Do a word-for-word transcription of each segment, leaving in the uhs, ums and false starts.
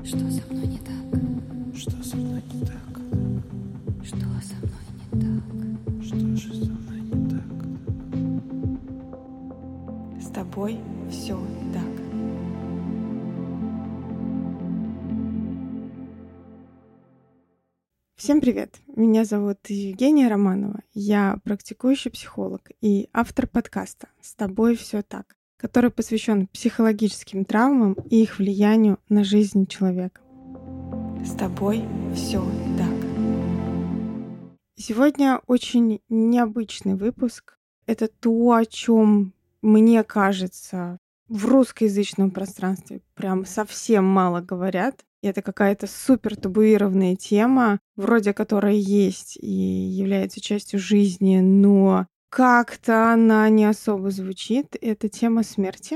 Что со мной не так? Что со мной не так? Что со мной не так? Что же со мной не так? С тобой все так. Всем привет! Меня зовут Евгения Романова. Я практикующий психолог и автор подкаста «С тобой все так», который посвящен психологическим травмам и их влиянию на жизнь человека. С тобой все так. Сегодня очень необычный выпуск. Это то, о чем, мне кажется, в русскоязычном пространстве прям совсем мало говорят. Это какая-то супер табуированная тема, вроде которой есть и является частью жизни, но как-то она не особо звучит. Это тема смерти.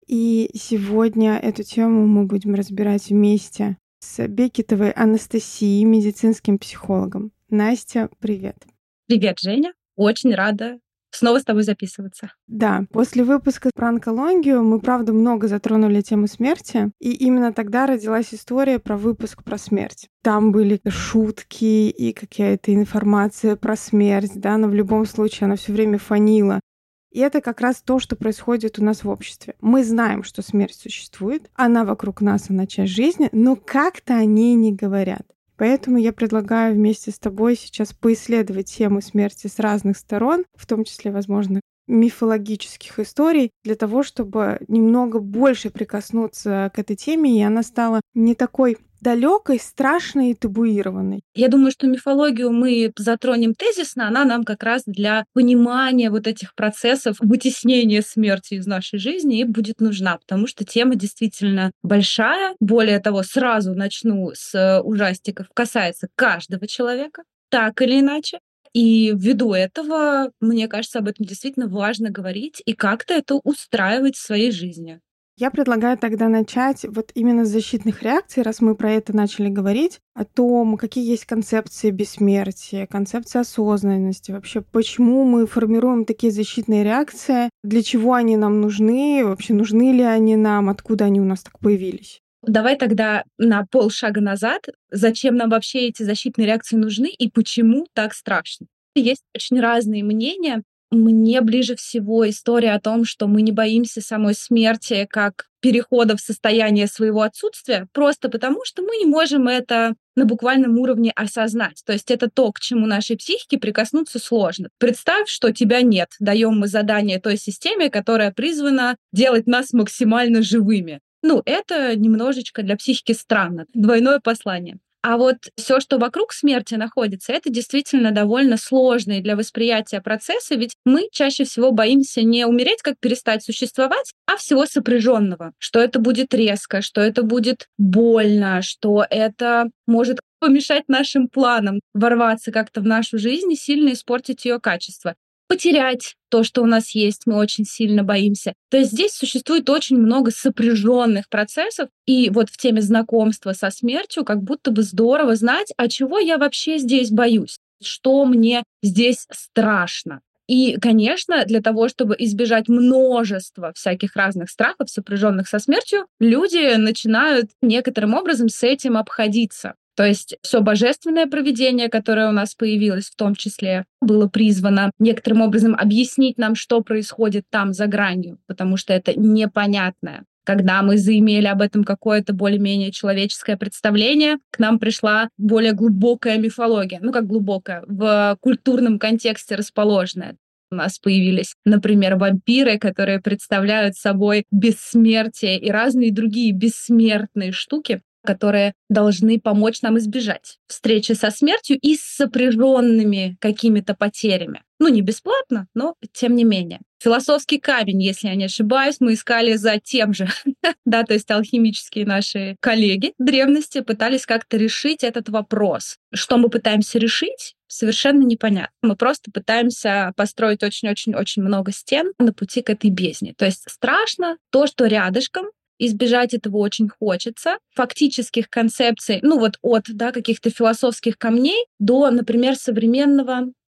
И сегодня эту тему мы будем разбирать вместе с Бекетовой Анастасией, медицинским психологом. Настя, привет. Привет, Женя. Очень рада снова с тобой записываться. Да, после выпуска про онкологию мы, правда, много затронули тему смерти, и именно тогда родилась история про выпуск про смерть. Там были шутки и какая-то информация про смерть, да, но в любом случае она все время фонила. И это как раз то, что происходит у нас в обществе. Мы знаем, что смерть существует, она вокруг нас, она часть жизни, но как-то о ней не говорят. Поэтому я предлагаю вместе с тобой сейчас поисследовать тему смерти с разных сторон, в том числе, возможно, мифологических историй, для того, чтобы немного больше прикоснуться к этой теме, и она стала не такой далекой, страшной и табуированной. Я думаю, что мифологию мы затронем тезисно, она нам как раз для понимания вот этих процессов вытеснения смерти из нашей жизни и будет нужна, потому что тема действительно большая. Более того, сразу начну с ужастиков, касается каждого человека, так или иначе. И ввиду этого, мне кажется, об этом действительно важно говорить и как-то это устраивать в своей жизни. Я предлагаю тогда начать вот именно с защитных реакций, раз мы про это начали говорить, о том, какие есть концепции бессмертия, концепции осознанности, вообще почему мы формируем такие защитные реакции, для чего они нам нужны, вообще нужны ли они нам, откуда они у нас так появились. Давай тогда на полшага назад. Зачем нам вообще эти защитные реакции нужны и почему так страшно? Есть очень разные мнения. Мне ближе всего история о том, что мы не боимся самой смерти как перехода в состояние своего отсутствия, просто потому что мы не можем это на буквальном уровне осознать. То есть это то, к чему нашей психике прикоснуться сложно. Представь, что тебя нет. Даем мы задание той системе, которая призвана делать нас максимально живыми. Ну, это немножечко для психики странно. Двойное послание. А вот все, что вокруг смерти находится, это действительно довольно сложные для восприятия процессы, ведь мы чаще всего боимся не умереть, как перестать существовать, а всего сопряженного. Что это будет резко, что это будет больно, что это может помешать нашим планам ворваться как-то в нашу жизнь и сильно испортить ее качество. Потерять то, что у нас есть, мы очень сильно боимся. То есть здесь существует очень много сопряженных процессов, и вот в теме знакомства со смертью как будто бы здорово знать, а чего я вообще здесь боюсь, что мне здесь страшно. И, конечно, для того, чтобы избежать множества всяких разных страхов, сопряженных со смертью, люди начинают некоторым образом с этим обходиться. То есть все божественное провидение, которое у нас появилось, в том числе, было призвано некоторым образом объяснить нам, что происходит там за гранью, потому что это непонятное. Когда мы заимели об этом какое-то более-менее человеческое представление, к нам пришла более глубокая мифология. Ну, как глубокая, в культурном контексте расположенная. У нас появились, например, вампиры, которые представляют собой бессмертие и разные другие бессмертные штуки, которые должны помочь нам избежать встречи со смертью и с сопряженными какими-то потерями. Ну, не бесплатно, но тем не менее. Философский камень, если я не ошибаюсь, мы искали за тем же. Да, то есть алхимические наши коллеги древности пытались как-то решить этот вопрос. Что мы пытаемся решить, совершенно непонятно. Мы просто пытаемся построить очень-очень-очень много стен на пути к этой бездне. То есть страшно то, что рядышком, избежать этого очень хочется. Фактических концепций, ну вот от да, каких-то философских камней до, например, современного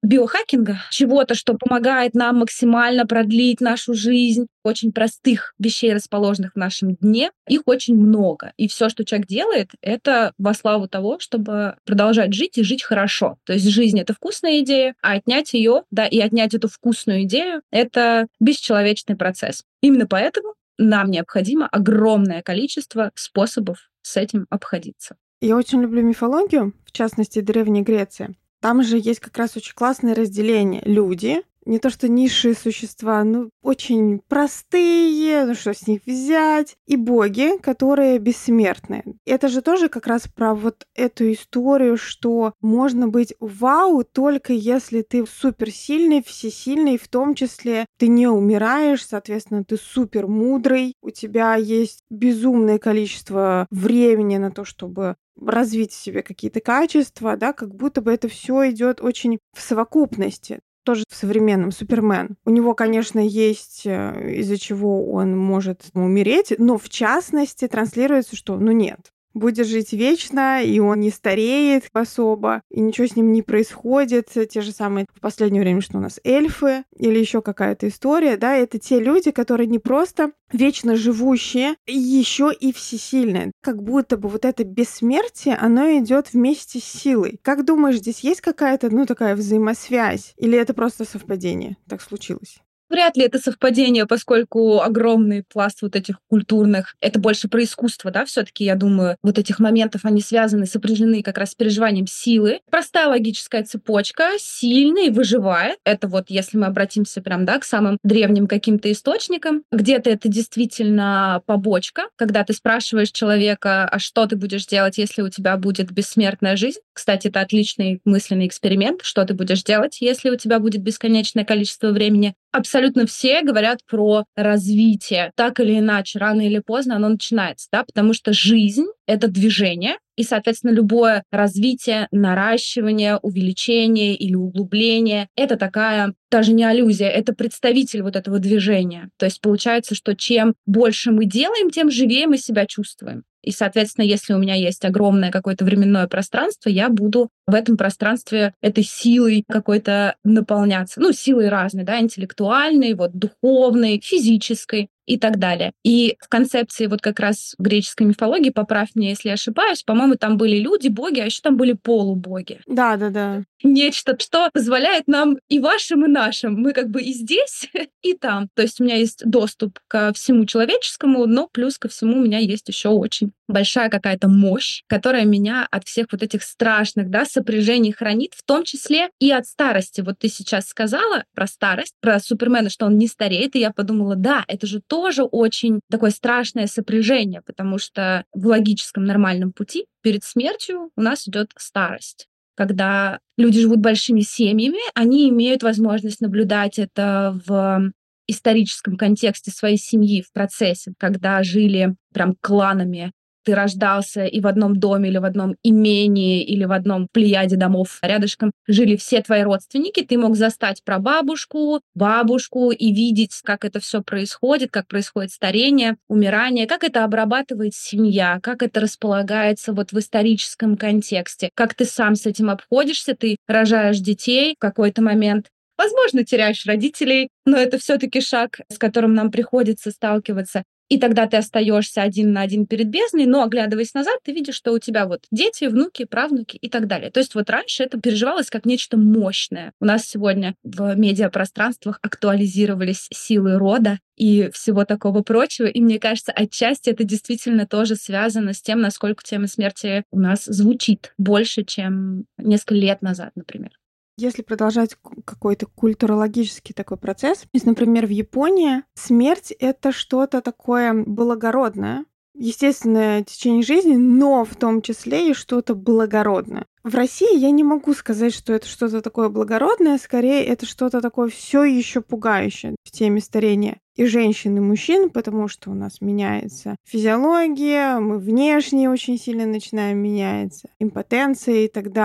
биохакинга, чего-то, что помогает нам максимально продлить нашу жизнь, очень простых вещей, расположенных в нашем дне, их очень много. И все, что человек делает, это во славу того, чтобы продолжать жить и жить хорошо. То есть жизнь — это вкусная идея, а отнять ее, да, и отнять эту вкусную идею — это бесчеловечный процесс. Именно поэтому нам необходимо огромное количество способов с этим обходиться. Я очень люблю мифологию, в частности, Древней Греции. Там же есть как раз очень классное разделение. Люди, не то что низшие существа, ну, очень простые, ну что с них взять, и боги, которые бессмертные. Это же тоже как раз про вот эту историю, что можно быть вау только если ты суперсильный, всесильный, в том числе ты не умираешь, соответственно, ты супер мудрый, у тебя есть безумное количество времени на то, чтобы развить в себе какие-то качества, да, как будто бы это все идет очень в совокупности. Тоже в современном Супермен. У него, конечно, есть из-за чего он может умереть, но в частности транслируется, что ну нет, будет жить вечно, и он не стареет особо, и ничего с ним не происходит. Те же самые в последнее время, что у нас эльфы или еще какая-то история, да, это те люди, которые не просто вечно живущие, еще и всесильные. Как будто бы вот это бессмертие, оно идет вместе с силой. Как думаешь, здесь есть какая-то, ну, такая взаимосвязь? Или это просто совпадение? Так случилось? Вряд ли это совпадение, поскольку огромный пласт вот этих культурных, это больше про искусство, да, все-таки, я думаю, вот этих моментов, они связаны, сопряжены как раз с переживанием силы. Простая логическая цепочка, сильный выживает. Это вот если мы обратимся прям, да, к самым древним каким-то источникам. Где-то это действительно побочка, когда ты спрашиваешь человека, а что ты будешь делать, если у тебя будет бессмертная жизнь. Кстати, это отличный мысленный эксперимент, что ты будешь делать, если у тебя будет бесконечное количество времени. Абсолютно все говорят про развитие. Так или иначе, рано или поздно оно начинается, да, потому что жизнь — это движение, и, соответственно, любое развитие, наращивание, увеличение или углубление — это такая даже не аллюзия, это представитель вот этого движения. То есть получается, что чем больше мы делаем, тем живее мы себя чувствуем. И, соответственно, если у меня есть огромное какое-то временное пространство, я буду в этом пространстве этой силой какой-то наполняться. Ну, силой разной, да, интеллектуальной, вот, духовной, физической и так далее. И в концепции вот как раз греческой мифологии, поправь меня, если я ошибаюсь, по-моему, там были люди, боги, а еще там были полубоги. Да, да, да. Нечто, что позволяет нам и вашим, и нашим. Мы как бы и здесь, и там. То есть у меня есть доступ ко всему человеческому, но плюс ко всему у меня есть еще очень большая какая-то мощь, которая меня от всех вот этих страшных, да, сопряжений хранит, в том числе и от старости. Вот ты сейчас сказала про старость, про Супермена, что он не стареет, и я подумала, да, это же тоже очень такое страшное сопряжение, потому что в логическом нормальном пути перед смертью у нас идет старость. Когда люди живут большими семьями, они имеют возможность наблюдать это в историческом контексте своей семьи, в процессе, когда жили прям кланами. Ты рождался и в одном доме, или в одном имении, или в одном плеяде домов рядышком жили все твои родственники. Ты мог застать прабабушку, бабушку и видеть, как это все происходит, как происходит старение, умирание, как это обрабатывает семья, как это располагается вот в историческом контексте, как ты сам с этим обходишься, ты рожаешь детей в какой-то момент. Возможно, теряешь родителей, но это все-таки шаг, с которым нам приходится сталкиваться. И тогда ты остаешься один на один перед бездной, но, оглядываясь назад, ты видишь, что у тебя вот дети, внуки, правнуки и так далее. То есть вот раньше это переживалось как нечто мощное. У нас сегодня в медиапространствах актуализировались силы рода и всего такого прочего. И мне кажется, отчасти это действительно тоже связано с тем, насколько тема смерти у нас звучит больше, чем несколько лет назад, например. Если продолжать какой-то культурологический такой процесс, то есть, например, в Японии смерть — это что-то такое благородное, естественное течение жизни, но в том числе и что-то благородное. В России я не могу сказать, что это что-то такое благородное, скорее это что-то такое все еще пугающее в теме старения и женщин, и мужчин, потому что у нас меняется физиология, мы внешне очень сильно начинаем меняться, импотенция и так далее.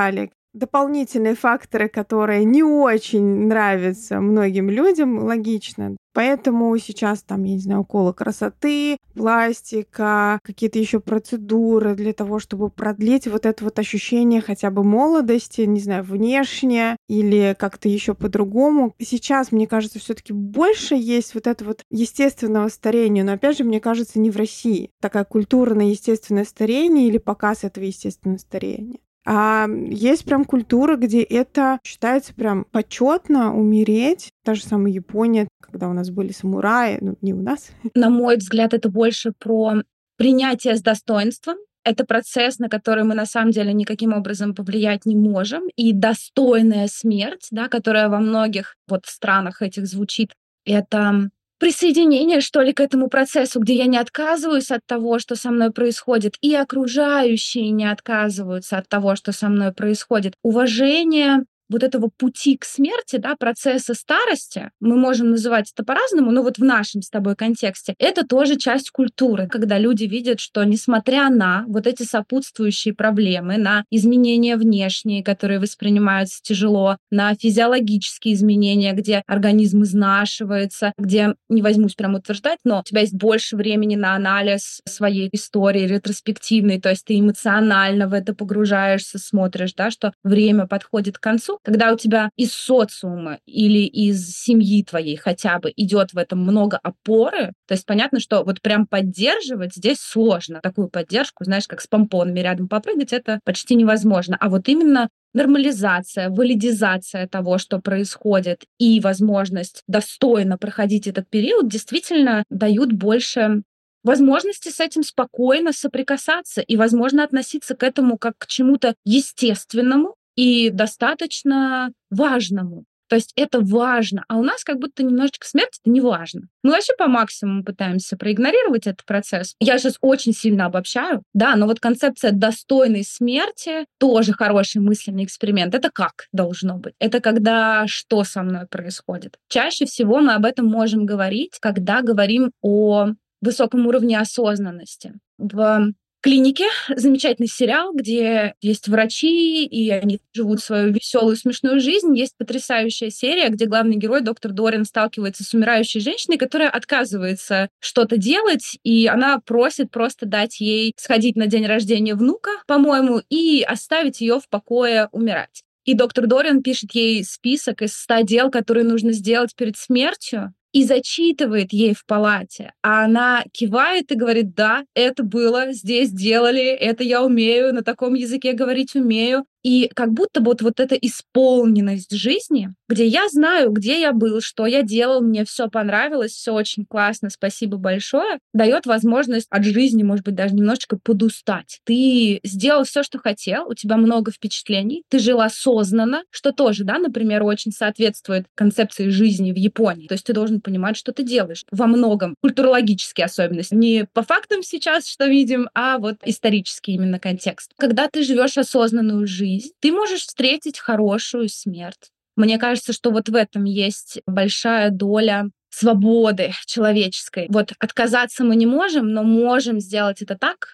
дополнительные факторы, которые не очень нравятся многим людям, логично. Поэтому сейчас там, я не знаю, уколы красоты, пластика, какие-то еще процедуры для того, чтобы продлить вот это вот ощущение хотя бы молодости, не знаю, внешне или как-то еще по-другому. Сейчас, мне кажется, все-таки больше есть вот это вот естественного старения, но опять же, мне кажется, не в России. Такая культура на естественное старение или показ этого естественного старения. А есть прям культура, где это считается прям почетно умереть. Та же самая Япония, когда у нас были самураи, ну не у нас. На мой взгляд, это больше про принятие с достоинством. Это процесс, на который мы на самом деле никаким образом повлиять не можем. И достойная смерть, да, которая во многих вот странах этих звучит, это присоединение, что ли, к этому процессу, где я не отказываюсь от того, что со мной происходит, и окружающие не отказываются от того, что со мной происходит. Уважение вот этого пути к смерти, да, процесса старости, мы можем называть это по-разному, но вот в нашем с тобой контексте, это тоже часть культуры, когда люди видят, что несмотря на вот эти сопутствующие проблемы, на изменения внешние, которые воспринимаются тяжело, на физиологические изменения, где организм изнашивается, где, не возьмусь прям утверждать, но у тебя есть больше времени на анализ своей истории ретроспективной, то есть ты эмоционально в это погружаешься, смотришь, да, что время подходит к концу, когда у тебя из социума или из семьи твоей хотя бы идет в этом много опоры, то есть понятно, что вот прям поддерживать здесь сложно. Такую поддержку, знаешь, как с помпонами рядом попрыгать, это почти невозможно. А вот именно нормализация, валидизация того, что происходит, и возможность достойно проходить этот период действительно дают больше возможности с этим спокойно соприкасаться и, возможно, относиться к этому как к чему-то естественному и достаточно важному. То есть это важно, а у нас как будто немножечко смерть — это не важно. Мы вообще по максимуму пытаемся проигнорировать этот процесс. Я сейчас очень сильно обобщаю, да, но вот концепция достойной смерти тоже хороший мысленный эксперимент. Это как должно быть? Это когда что со мной происходит? Чаще всего мы об этом можем говорить, когда говорим о высоком уровне осознанности. В клинике замечательный сериал, где есть врачи, и они живут свою веселую, смешную жизнь. Есть потрясающая серия, где главный герой, доктор Дорин, сталкивается с умирающей женщиной, которая отказывается что-то делать, и она просит просто дать ей сходить на день рождения внука, по-моему, и оставить ее в покое умирать. И доктор Дорин пишет ей список из ста дел, которые нужно сделать перед смертью, и зачитывает ей в палате. А она кивает и говорит: да, это было, здесь делали, это я умею, на таком языке говорить умею. И как будто бы вот, вот эта исполненность жизни, где я знаю, где я был, что я делал, мне все понравилось, все очень классно, спасибо большое, дает возможность от жизни, может быть, даже немножечко подустать. Ты сделал все, что хотел, у тебя много впечатлений, ты жил осознанно, что тоже, да, например, очень соответствует концепции жизни в Японии. То есть ты должен понимать, что ты делаешь. Во многом культурологические особенности. Не по фактам сейчас, что видим, а вот исторический именно контекст. Когда ты живешь осознанную жизнь, ты можешь встретить хорошую смерть. Мне кажется, что вот в этом есть большая доля свободы человеческой. Вот отказаться мы не можем, но можем сделать это так,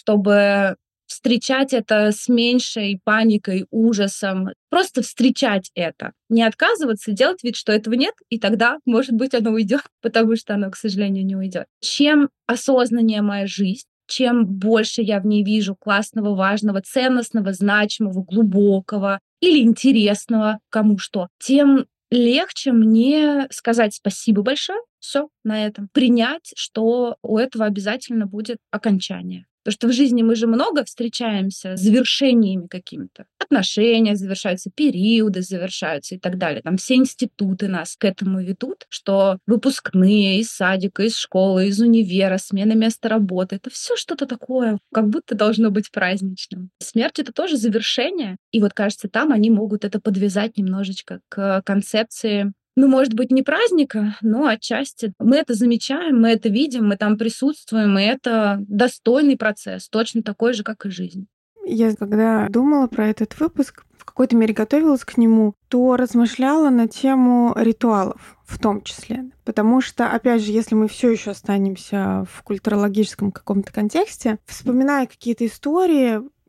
чтобы встречать это с меньшей паникой, ужасом. Просто встречать это. Не отказываться, делать вид, что этого нет, и тогда, может быть, оно уйдет, потому что оно, к сожалению, не уйдет. Чем осознаннее моя жизнь, чем больше я в ней вижу классного, важного, ценностного, значимого, глубокого или интересного, кому что, тем легче мне сказать спасибо большое, все на этом. Принять, что у этого обязательно будет окончание. Потому что в жизни мы же много встречаемся с завершениями какими-то. Отношения завершаются, периоды завершаются и так далее. Там все институты нас к этому ведут, что выпускные из садика, из школы, из универа, смена места работы — это все что-то такое, как будто должно быть праздничным. Смерть — это тоже завершение. И вот, кажется, там они могут это подвязать немножечко к концепции, ну, может быть, не праздника, но отчасти. Мы это замечаем, мы это видим, мы там присутствуем, и это достойный процесс, точно такой же, как и жизнь. Я когда думала про этот выпуск, в какой-то мере готовилась к нему, то размышляла на тему ритуалов в том числе. Потому что, опять же, если мы все еще останемся в культурологическом каком-то контексте, вспоминая какие-то истории,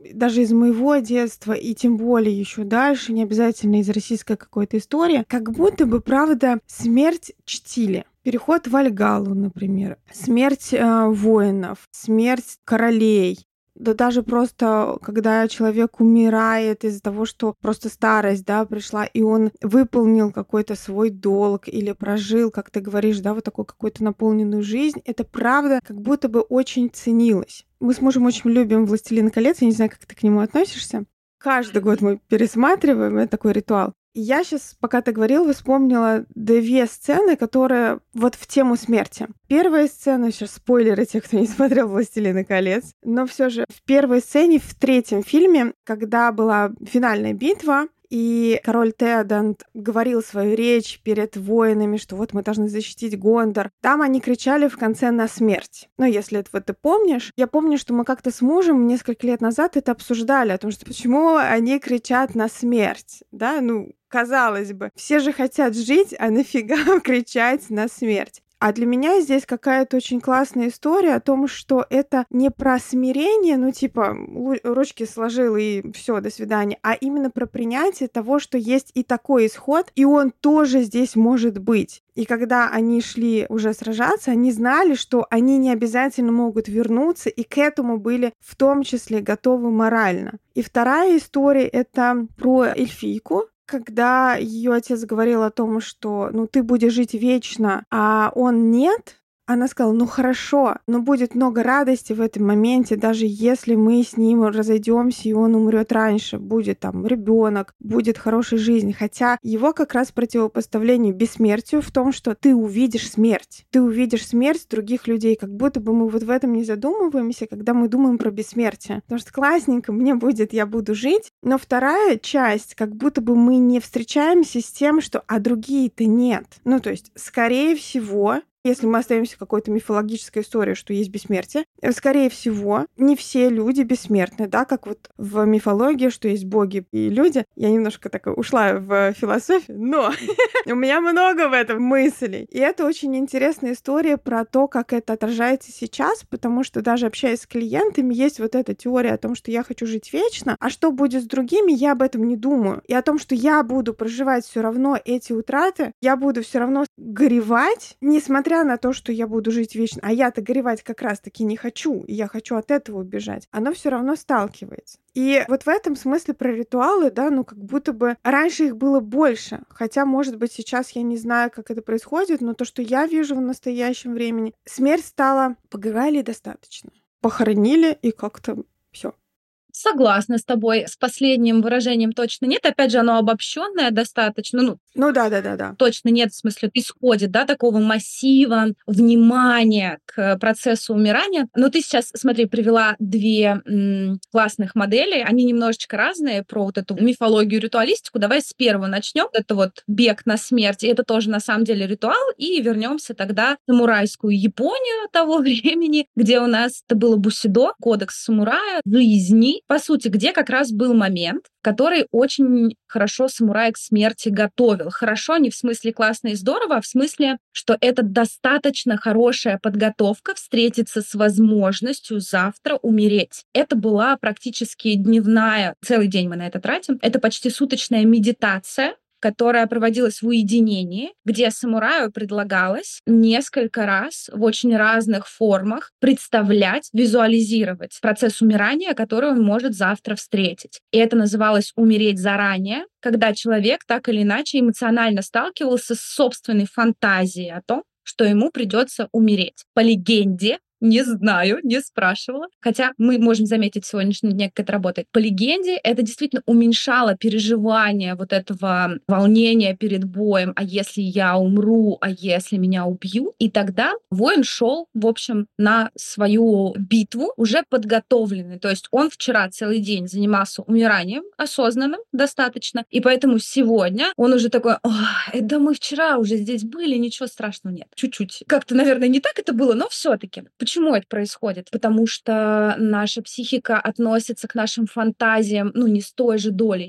даже из моего детства, и тем более еще дальше, не обязательно из российской какой-то истории, как будто бы, правда, смерть чтили. Переход в Вальгаллу, например, смерть э, воинов, смерть королей. Да даже просто, когда человек умирает из-за того, что просто старость, да, пришла, и он выполнил какой-то свой долг или прожил, как ты говоришь, да, вот такую какую-то наполненную жизнь, это правда как будто бы очень ценилось. Мы с мужем очень любим «Властелин колец», я не знаю, как ты к нему относишься. Каждый год мы пересматриваем, это такой ритуал. И я сейчас, пока ты говорил, вспомнила две сцены, которые вот в тему смерти. Первая сцена, сейчас спойлеры те, кто не смотрел «Властелина колец», но все же в первой сцене, в третьем фильме, когда была финальная битва, и король Теодан говорил свою речь перед воинами, что вот мы должны защитить Гондор. Там они кричали в конце на смерть. Но если это вот ты помнишь, я помню, что мы как-то с мужем несколько лет назад это обсуждали, о том, что почему они кричат на смерть, да, ну, казалось бы, все же хотят жить, а нафига кричать на смерть? А для меня здесь какая-то очень классная история о том, что это не про смирение, ну типа ручки сложил и все, до свидания, а именно про принятие того, что есть и такой исход, и он тоже здесь может быть. И когда они шли уже сражаться, они знали, что они не обязательно могут вернуться, и к этому были в том числе готовы морально. И вторая история — это про эльфийку, когда ее отец говорил о том, что ну ты будешь жить вечно, а он нет, она сказала, ну хорошо, но будет много радости в этом моменте, даже если мы с ним разойдемся и он умрет раньше, будет там ребенок, будет хорошая жизнь. Хотя его как раз противопоставление бессмертию в том, что ты увидишь смерть. Ты увидишь смерть других людей, как будто бы мы вот в этом не задумываемся, когда мы думаем про бессмертие. Потому что классненько мне будет, я буду жить. Но вторая часть, как будто бы мы не встречаемся с тем, что а другие-то нет. Ну, то есть, скорее всего, если мы остаемся в какой-то мифологической истории, что есть бессмертие, скорее всего, не все люди бессмертны, да, как вот в мифологии, что есть боги и люди. Я немножко так ушла в философию, но у меня много в этом мыслей. И это очень интересная история про то, как это отражается сейчас, потому что даже общаясь с клиентами, есть вот эта теория о том, что я хочу жить вечно, а что будет с другими, я об этом не думаю. И о том, что я буду проживать все равно эти утраты, я буду все равно горевать, несмотря на то, что я буду жить вечно, а я-то горевать как раз-таки не хочу, и я хочу от этого убежать, оно все равно сталкивается. И вот в этом смысле про ритуалы, да, ну как будто бы раньше их было больше, хотя, может быть, сейчас я не знаю, как это происходит, но то, что я вижу в настоящем времени, смерть стала поговорили достаточно, похоронили и как-то все. Согласна с тобой. С последним выражением точно нет. Опять же, оно обобщенное достаточно. Ну, Ну да, да, да, да. точно нет, в смысле, исходит, да, такого массива внимания к процессу умирания. Но ты сейчас, смотри, привела две м, классных модели. Они немножечко разные про вот эту мифологию, ритуалистику. Давай с первого начнем. Это вот бег на смерть. И это тоже на самом деле ритуал. И вернемся тогда в самурайскую Японию того времени, где у нас это было бусидо, кодекс самурая, жизни, по сути, где как раз был момент, который очень хорошо самурай к смерти готовил. Хорошо не в смысле классно и здорово, а в смысле, что это достаточно хорошая подготовка встретиться с возможностью завтра умереть. Это была практически дневная, целый день мы на это тратим, это почти суточная медитация, которая проводилась в уединении, где самураю предлагалось несколько раз в очень разных формах представлять, визуализировать процесс умирания, который он может завтра встретить. И это называлось «умереть заранее», когда человек так или иначе эмоционально сталкивался с собственной фантазией о том, что ему придется умереть. По легенде, не знаю, не спрашивала. Хотя мы можем заметить в сегодняшнем дне, как это работает. По легенде, это действительно уменьшало переживание вот этого волнения перед боем. А если я умру, а если меня убьют? И тогда воин шел, в общем, на свою битву уже подготовленный. То есть он вчера целый день занимался умиранием, осознанным достаточно. И поэтому сегодня он уже такой, да мы вчера уже здесь были, ничего страшного нет. Чуть-чуть. Как-то, наверное, не так это было, но все-таки. Почему это происходит? Потому что наша психика относится к нашим фантазиям, ну, не с той же долей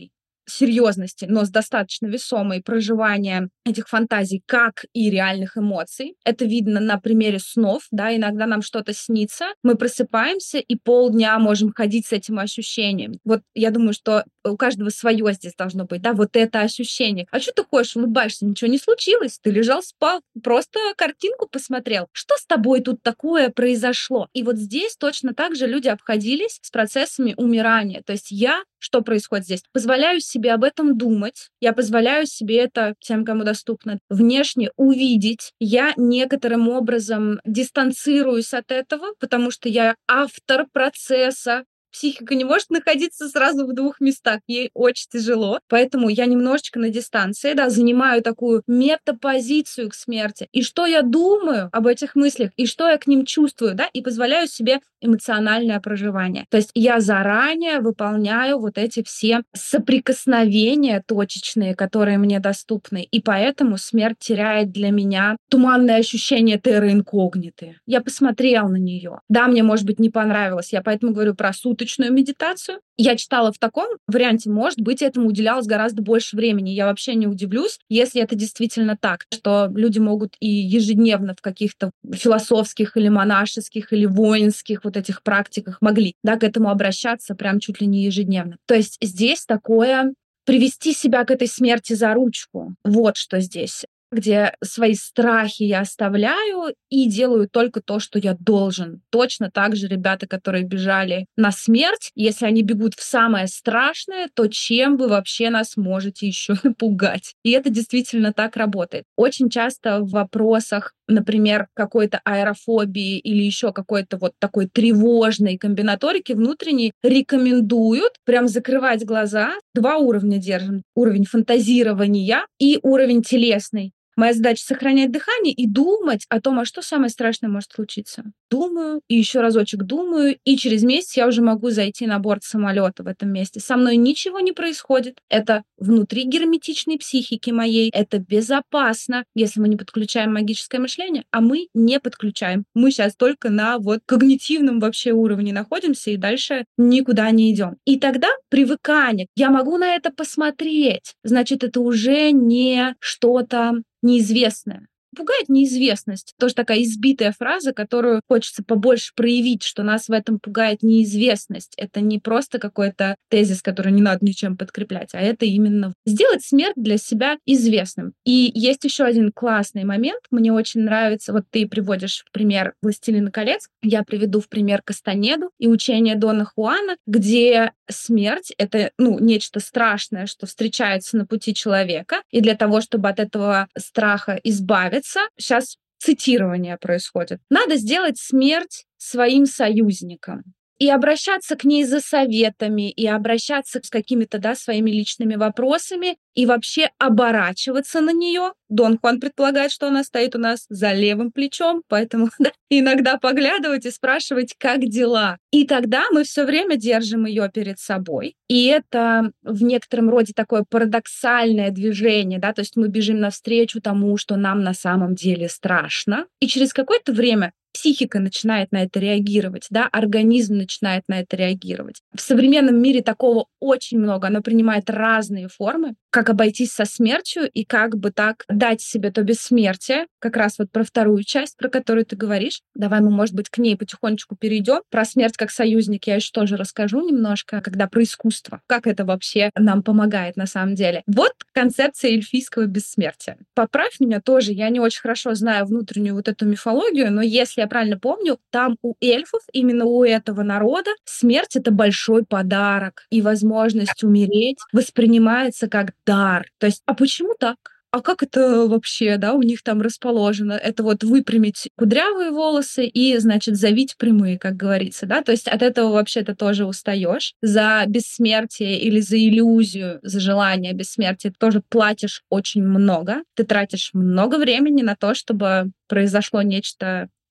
серьезности, но с достаточно весомой проживания этих фантазий, как и реальных эмоций. Это видно на примере снов, да, иногда нам что-то снится, мы просыпаемся и полдня можем ходить с этим ощущением. Вот я думаю, что у каждого свое здесь должно быть, да, вот это ощущение. А что ты ходишь, улыбаешься, ничего не случилось, ты лежал, спал, просто картинку посмотрел. Что с тобой тут такое произошло? И вот здесь точно так же люди обходились с процессами умирания. То есть я, что происходит здесь? Позволяю себе об этом думать, я позволяю себе это тем, кому доступно, внешне увидеть. Я некоторым образом дистанцируюсь от этого, потому что я автор процесса. Психика не может находиться сразу в двух местах, ей очень тяжело. Поэтому я немножечко на дистанции, да, занимаю такую метапозицию к смерти. И что я думаю об этих мыслях, и что я к ним чувствую, да, и позволяю себе эмоциональное проживание. То есть я заранее выполняю вот эти все соприкосновения точечные, которые мне доступны. И поэтому смерть теряет для меня туманное ощущение терра инкогниты. Я посмотрел на нее. Да, мне, может быть, не понравилось. Я поэтому говорю про суточную медитацию. Я читала в таком варианте, может быть, этому уделялось гораздо больше времени. Я вообще не удивлюсь, если это действительно так, что люди могут и ежедневно в каких-то философских или монашеских или воинских вот этих практиках могли, да, к этому обращаться прям чуть ли не ежедневно. То есть здесь такое привести себя к этой смерти за ручку. Вот что здесь, где свои страхи я оставляю и делаю только то, что я должен. Точно так же ребята, которые бежали на смерть, если они бегут в самое страшное, то чем вы вообще нас можете еще напугать? И это действительно так работает. Очень часто в вопросах, например, какой-то аэрофобии или еще какой-то вот такой тревожной комбинаторики внутренней рекомендуют прям закрывать глаза. Два уровня держим. Уровень фантазирования и уровень телесный. Моя задача — сохранять дыхание и думать о том, а что самое страшное может случиться. Думаю, и еще разочек думаю, и через месяц я уже могу зайти на борт самолета в этом месте. Со мной ничего не происходит. Это внутри герметичной психики моей. Это безопасно, если мы не подключаем магическое мышление, а мы не подключаем. Мы сейчас только на вот когнитивном вообще уровне находимся и дальше никуда не идем. И тогда привыкание. Я могу на это посмотреть. Значит, это уже не что-то неизвестное. Пугает неизвестность. Тоже такая избитая фраза, которую хочется побольше проявить, что нас в этом пугает неизвестность. Это не просто какой-то тезис, который не надо ничем подкреплять, а это именно сделать смерть для себя известным. И есть еще один классный момент. Мне очень нравится, вот ты приводишь в пример «Властелина колец», я приведу в пример «Кастанеду» и учение Дона Хуана, где смерть — это, ну, нечто страшное, что встречается на пути человека. И для того, чтобы от этого страха избавиться, сейчас цитирование происходит. Надо сделать смерть своим союзником. И обращаться к ней за советами, и обращаться с какими-то, да, своими личными вопросами, и вообще оборачиваться на нее. Дон Хуан предполагает, что она стоит у нас за левым плечом, поэтому да, иногда поглядывать и спрашивать, как дела. И тогда мы все время держим ее перед собой. И это в некотором роде такое парадоксальное движение, да, то есть мы бежим навстречу тому, что нам на самом деле страшно. И через какое-то время психика начинает на это реагировать, да, организм начинает на это реагировать. В современном мире такого очень много, оно принимает разные формы, как обойтись со смертью и как бы так дать себе то бессмертие, как раз вот про вторую часть, про которую ты говоришь. Давай мы, может быть, к ней потихонечку перейдем. Про смерть как союзник я еще тоже расскажу немножко, когда про искусство, как это вообще нам помогает на самом деле. Вот концепция эльфийского бессмертия. Поправь меня тоже, я не очень хорошо знаю внутреннюю вот эту мифологию, но если я правильно помню, там у эльфов, именно у этого народа, смерть — это большой подарок, и возможность умереть воспринимается как дар. То есть, а почему так? А как это вообще, да, у них там расположено? Это вот выпрямить кудрявые волосы и, значит, завить прямые, как говорится, да? То есть от этого вообще-то тоже устаешь. За бессмертие или за иллюзию, за желание бессмертия ты тоже платишь очень много. Ты тратишь много времени на то, чтобы произошло нечто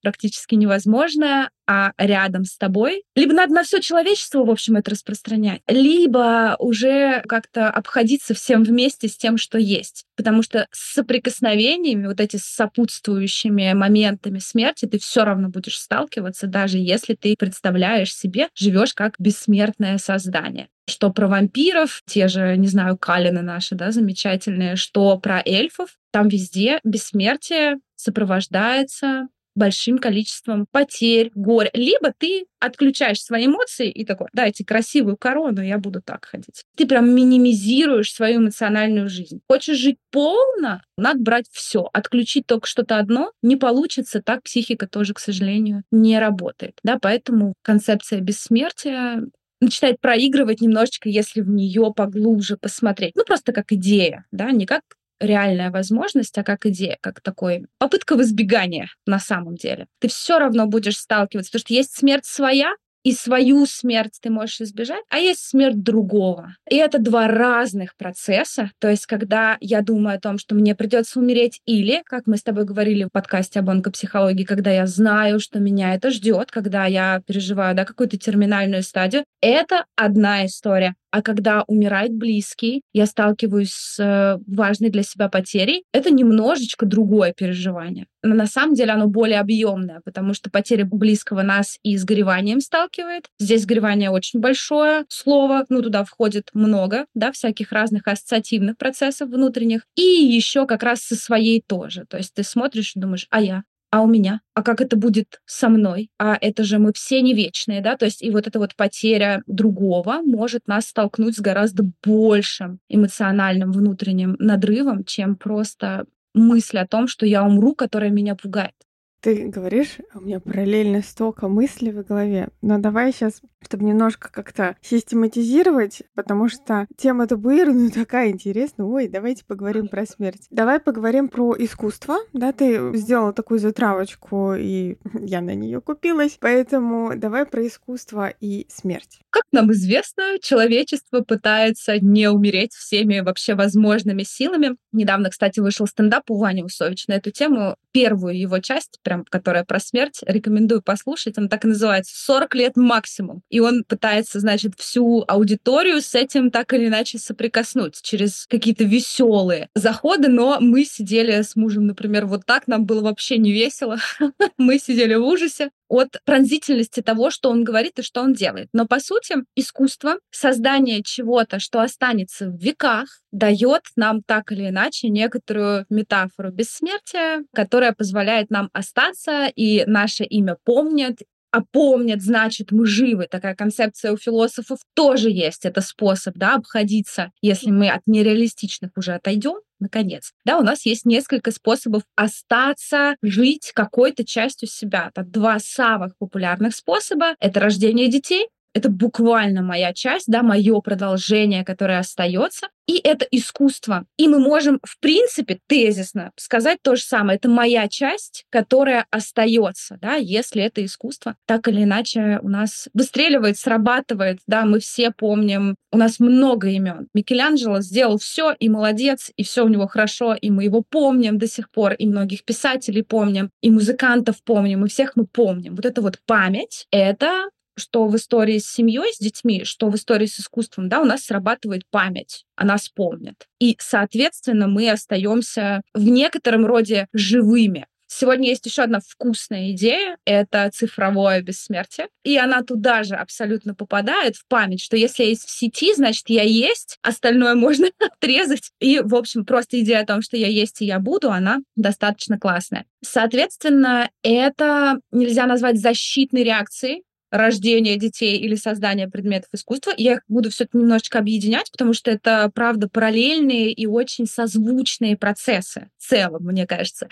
практически невозможное, а рядом с тобой. Либо надо на все человечество, в общем, это распространять, либо уже как-то обходиться всем вместе с тем, что есть. Потому что с соприкосновениями, вот эти сопутствующими моментами смерти, ты все равно будешь сталкиваться, даже если ты представляешь себе, живешь как бессмертное создание. Что про вампиров, те же, не знаю, калины наши, да, замечательные, что про эльфов, там везде бессмертие сопровождается большим количеством потерь, горя. Либо ты отключаешь свои эмоции и такой: дайте красивую корону, я буду так ходить. Ты прям минимизируешь свою эмоциональную жизнь. Хочешь жить полно, надо брать все. Отключить только что-то одно не получится. Так психика тоже, к сожалению, не работает. Да, поэтому концепция бессмертия начинает проигрывать немножечко, если в нее поглубже посмотреть. Ну, просто как идея, да, не как реальная возможность, а как идея, как такой попытка в избегание на самом деле. Ты все равно будешь сталкиваться, потому что есть смерть своя, и свою смерть ты можешь избежать, а есть смерть другого. И это два разных процесса. То есть, когда я думаю о том, что мне придется умереть, или, как мы с тобой говорили в подкасте об онкопсихологии, когда я знаю, что меня это ждет, когда я переживаю, да, какую-то терминальную стадию, это одна история. А когда умирает близкий, я сталкиваюсь с э, важной для себя потерей, это немножечко другое переживание. Но на самом деле оно более объемное, потому что потеря близкого нас и с гореванием сталкивает. Здесь горевание очень большое слово, ну туда входит много, да, всяких разных ассоциативных процессов внутренних. И еще как раз со своей тоже. То есть ты смотришь и думаешь: а я? А у меня? А как это будет со мной? А это же мы все не вечные, да? То есть и вот эта вот потеря другого может нас столкнуть с гораздо большим эмоциональным внутренним надрывом, чем просто мысль о том, что я умру, которая меня пугает. Ты говоришь, а у меня параллельно столько мыслей в голове. Но давай сейчас, чтобы немножко как-то систематизировать, потому что тема табуированная, такая интересная. Ой, давайте поговорим про смерть. Давай поговорим про искусство. Да, ты сделала такую затравочку, и я на нее купилась. Поэтому давай про искусство и смерть. Как нам известно, человечество пытается не умереть всеми вообще возможными силами. Недавно, кстати, вышел стендап у Вани Усовича на эту тему. Первую его часть, прям которая про смерть, рекомендую послушать. Она так и называется «сорок лет максимум». И он пытается, значит, всю аудиторию с этим так или иначе соприкоснуть через какие-то веселые заходы. Но мы сидели с мужем, например, вот так. Нам было вообще не весело. Мы сидели в ужасе от пронзительности того, что он говорит и что он делает. Но, по сути, искусство, создание чего-то, что останется в веках, дает нам так или иначе некоторую метафору бессмертия, которая позволяет нам остаться, и наше имя помнят. А помнят, значит, мы живы. Такая концепция у философов тоже есть. Это способ, да, обходиться, если мы от нереалистичных уже отойдем, наконец. Да, у нас есть несколько способов остаться, жить какой-то частью себя. Это два самых популярных способа. Это рождение детей. Это буквально моя часть, да, мое продолжение, которое остается. И это искусство. И мы можем, в принципе, тезисно сказать то же самое. Это моя часть, которая остается, да, если это искусство так или иначе у нас выстреливает, срабатывает, да, мы все помним, у нас много имен. Микеланджело сделал все и молодец, и все у него хорошо, и мы его помним до сих пор, и многих писателей помним, и музыкантов помним, и всех мы помним. Вот эта вот память — это что в истории с семьей, с детьми, что в истории с искусством, да, у нас срабатывает память, о нас помнят. И, соответственно, мы остаемся в некотором роде живыми. Сегодня есть еще одна вкусная идея — это цифровое бессмертие. И она туда же абсолютно попадает в память, что если я есть в сети, значит, я есть, остальное можно отрезать. И, в общем, просто идея о том, что я есть и я буду, она достаточно классная. Соответственно, это нельзя назвать защитной реакцией, рождение детей или создание предметов искусства. Я их буду все это немножечко объединять, потому что это, правда, параллельные и очень созвучные процессы в целом, мне кажется.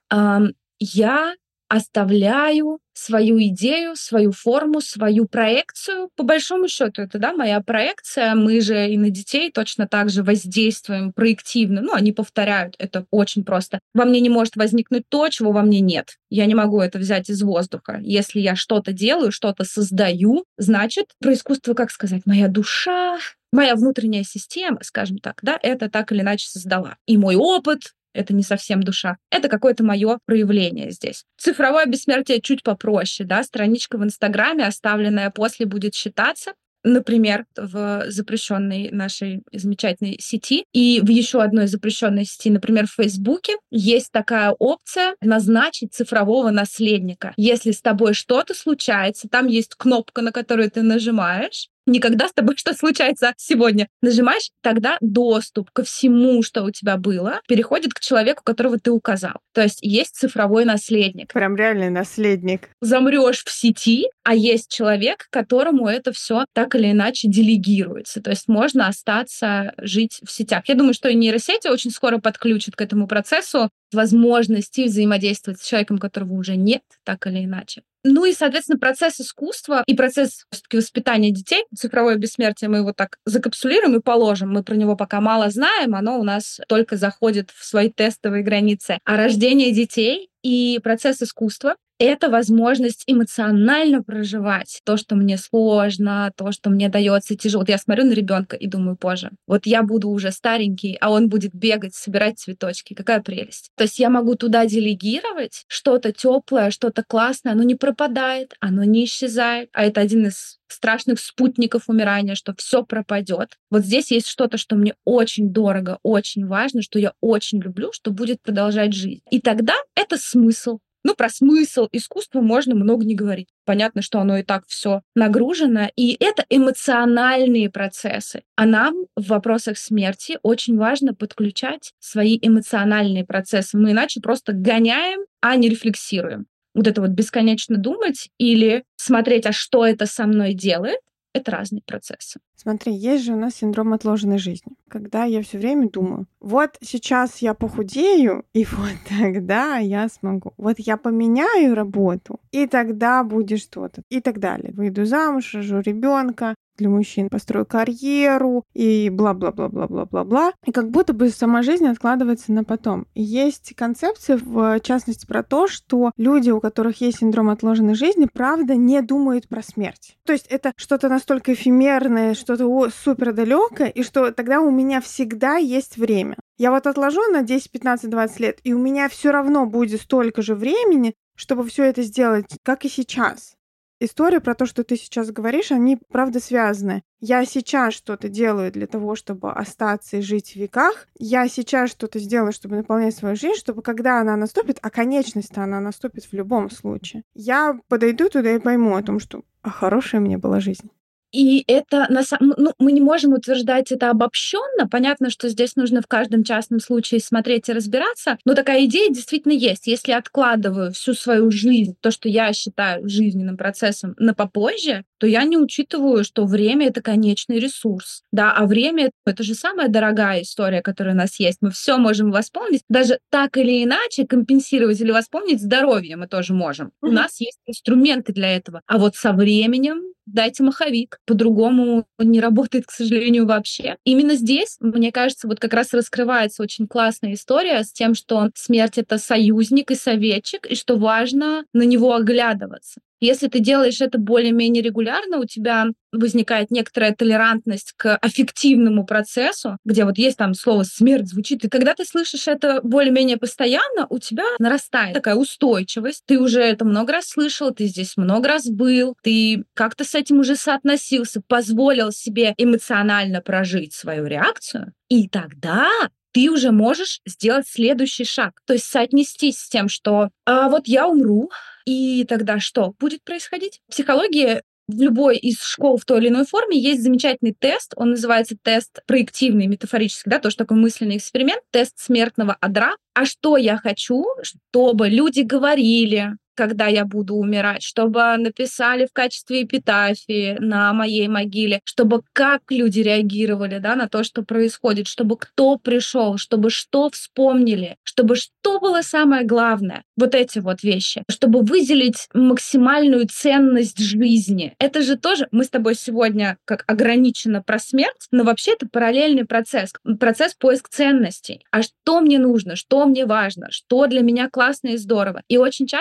Я оставляю свою идею, свою форму, свою проекцию. По большому счету, это, да, моя проекция. Мы же и на детей точно так же воздействуем проективно. Ну, они повторяют. Это очень просто. Во мне не может возникнуть то, чего во мне нет. Я не могу это взять из воздуха. Если я что-то делаю, что-то создаю, значит, про искусство, как сказать, моя душа, моя внутренняя система, скажем так, да, это так или иначе создала. И мой опыт, это не совсем душа. Это какое-то мое проявление здесь. Цифровое бессмертие чуть попроще, да, страничка в Инстаграме, оставленная после, будет считаться, например, в запрещенной нашей замечательной сети. И в еще одной запрещенной сети, например, в Фейсбуке, есть такая опция назначить цифрового наследника. Если с тобой что-то случается, там есть кнопка, на которую ты нажимаешь. Никогда с тобой что случается сегодня. Нажимаешь, тогда доступ ко всему, что у тебя было, переходит к человеку, которого ты указал. То есть есть цифровой наследник. Прям реальный наследник. Замрёшь в сети, а есть человек, которому это все так или иначе делегируется. То есть можно остаться жить в сетях. Я думаю, что и нейросети очень скоро подключат к этому процессу возможности взаимодействовать с человеком, которого уже нет, так или иначе. Ну и, соответственно, процесс искусства и процесс все-таки воспитания детей, цифровое бессмертие, мы его так закапсулируем и положим. Мы про него пока мало знаем, оно у нас только заходит в свои тестовые границы. А рождение детей и процесс искусства — это возможность эмоционально проживать то, что мне сложно, то, что мне дается тяжело. Вот я смотрю на ребенка и думаю, боже, вот я буду уже старенький, а он будет бегать, собирать цветочки. Какая прелесть. То есть я могу туда делегировать что-то теплое, что-то классное, оно не пропадает, оно не исчезает. А это один из страшных спутников умирания, что все пропадет. Вот здесь есть что-то, что мне очень дорого, очень важно, что я очень люблю, что будет продолжать жизнь. И тогда это смысл. Ну, про смысл искусства можно много не говорить. Понятно, что оно и так все нагружено. И это эмоциональные процессы. А нам в вопросах смерти очень важно подключать свои эмоциональные процессы. Мы иначе просто гоняем, а не рефлексируем. Вот это вот бесконечно думать или смотреть, а что это со мной делает, это разные процессы. Смотри, есть же у нас синдром отложенной жизни, когда я все время думаю, вот сейчас я похудею, и вот тогда я смогу. Вот я поменяю работу, и тогда будет что-то, и так далее. Выйду замуж, рожу ребенка, для мужчин построю карьеру, и бла-бла-бла-бла-бла-бла-бла. И как будто бы сама жизнь откладывается на потом. И есть концепция, в частности, про то, что люди, у которых есть синдром отложенной жизни, правда не думают про смерть. То есть это что-то настолько эфемерное, что-то супер далекое, и что тогда у меня всегда есть время. Я вот отложу на десять, пятнадцать, двадцать лет, и у меня все равно будет столько же времени, чтобы все это сделать, как и сейчас. История про то, что ты сейчас говоришь, они, правда, связаны. Я сейчас что-то делаю для того, чтобы остаться и жить в веках. Я сейчас что-то сделаю, чтобы наполнять свою жизнь, чтобы когда она наступит, а конечность-то она наступит в любом случае, я подойду туда и пойму о том, что а хорошая мне была жизнь. И это на самом, ну, мы не можем утверждать это обобщенно. Понятно, что здесь нужно в каждом частном случае смотреть и разбираться, но такая идея действительно есть. Если я откладываю всю свою жизнь, то, что я считаю жизненным процессом, на попозже, то я не учитываю, что время — это конечный ресурс. Да, а время — это же самая дорогая история, которая у нас есть. Мы все можем восполнить, даже так или иначе компенсировать или восполнить здоровье мы тоже можем. Mm-hmm. У нас есть инструменты для этого. А вот со временем дайте маховик. По-другому не работает, к сожалению, вообще. Именно здесь, мне кажется, вот как раз раскрывается очень классная история с тем, что смерть — это союзник и советчик, и что важно на него оглядываться. Если ты делаешь это более-менее регулярно, у тебя возникает некоторая толерантность к аффективному процессу, где вот есть там слово «смерть» звучит, и когда ты слышишь это более-менее постоянно, у тебя нарастает такая устойчивость. Ты уже это много раз слышал, ты здесь много раз был, ты как-то с этим уже соотносился, позволил себе эмоционально прожить свою реакцию, и тогда ты уже можешь сделать следующий шаг. То есть соотнестись с тем, что а вот я умру, и тогда что будет происходить? В психологии в любой из школ в той или иной форме есть замечательный тест. Он называется тест проективный, метафорический, да, тоже такой мысленный эксперимент, тест смертного одра. А что я хочу, чтобы люди говорили, когда я буду умирать, чтобы написали в качестве эпитафии на моей могиле, чтобы как люди реагировали, да, на то, что происходит, чтобы кто пришел, чтобы что вспомнили, чтобы что было самое главное. Вот эти вот вещи. Чтобы выделить максимальную ценность жизни. Это же тоже, мы с тобой сегодня как ограниченно про смерть, но вообще это параллельный процесс. Процесс поиск ценностей. А что мне нужно, что мне важно, что для меня классно и здорово. И очень часто синдром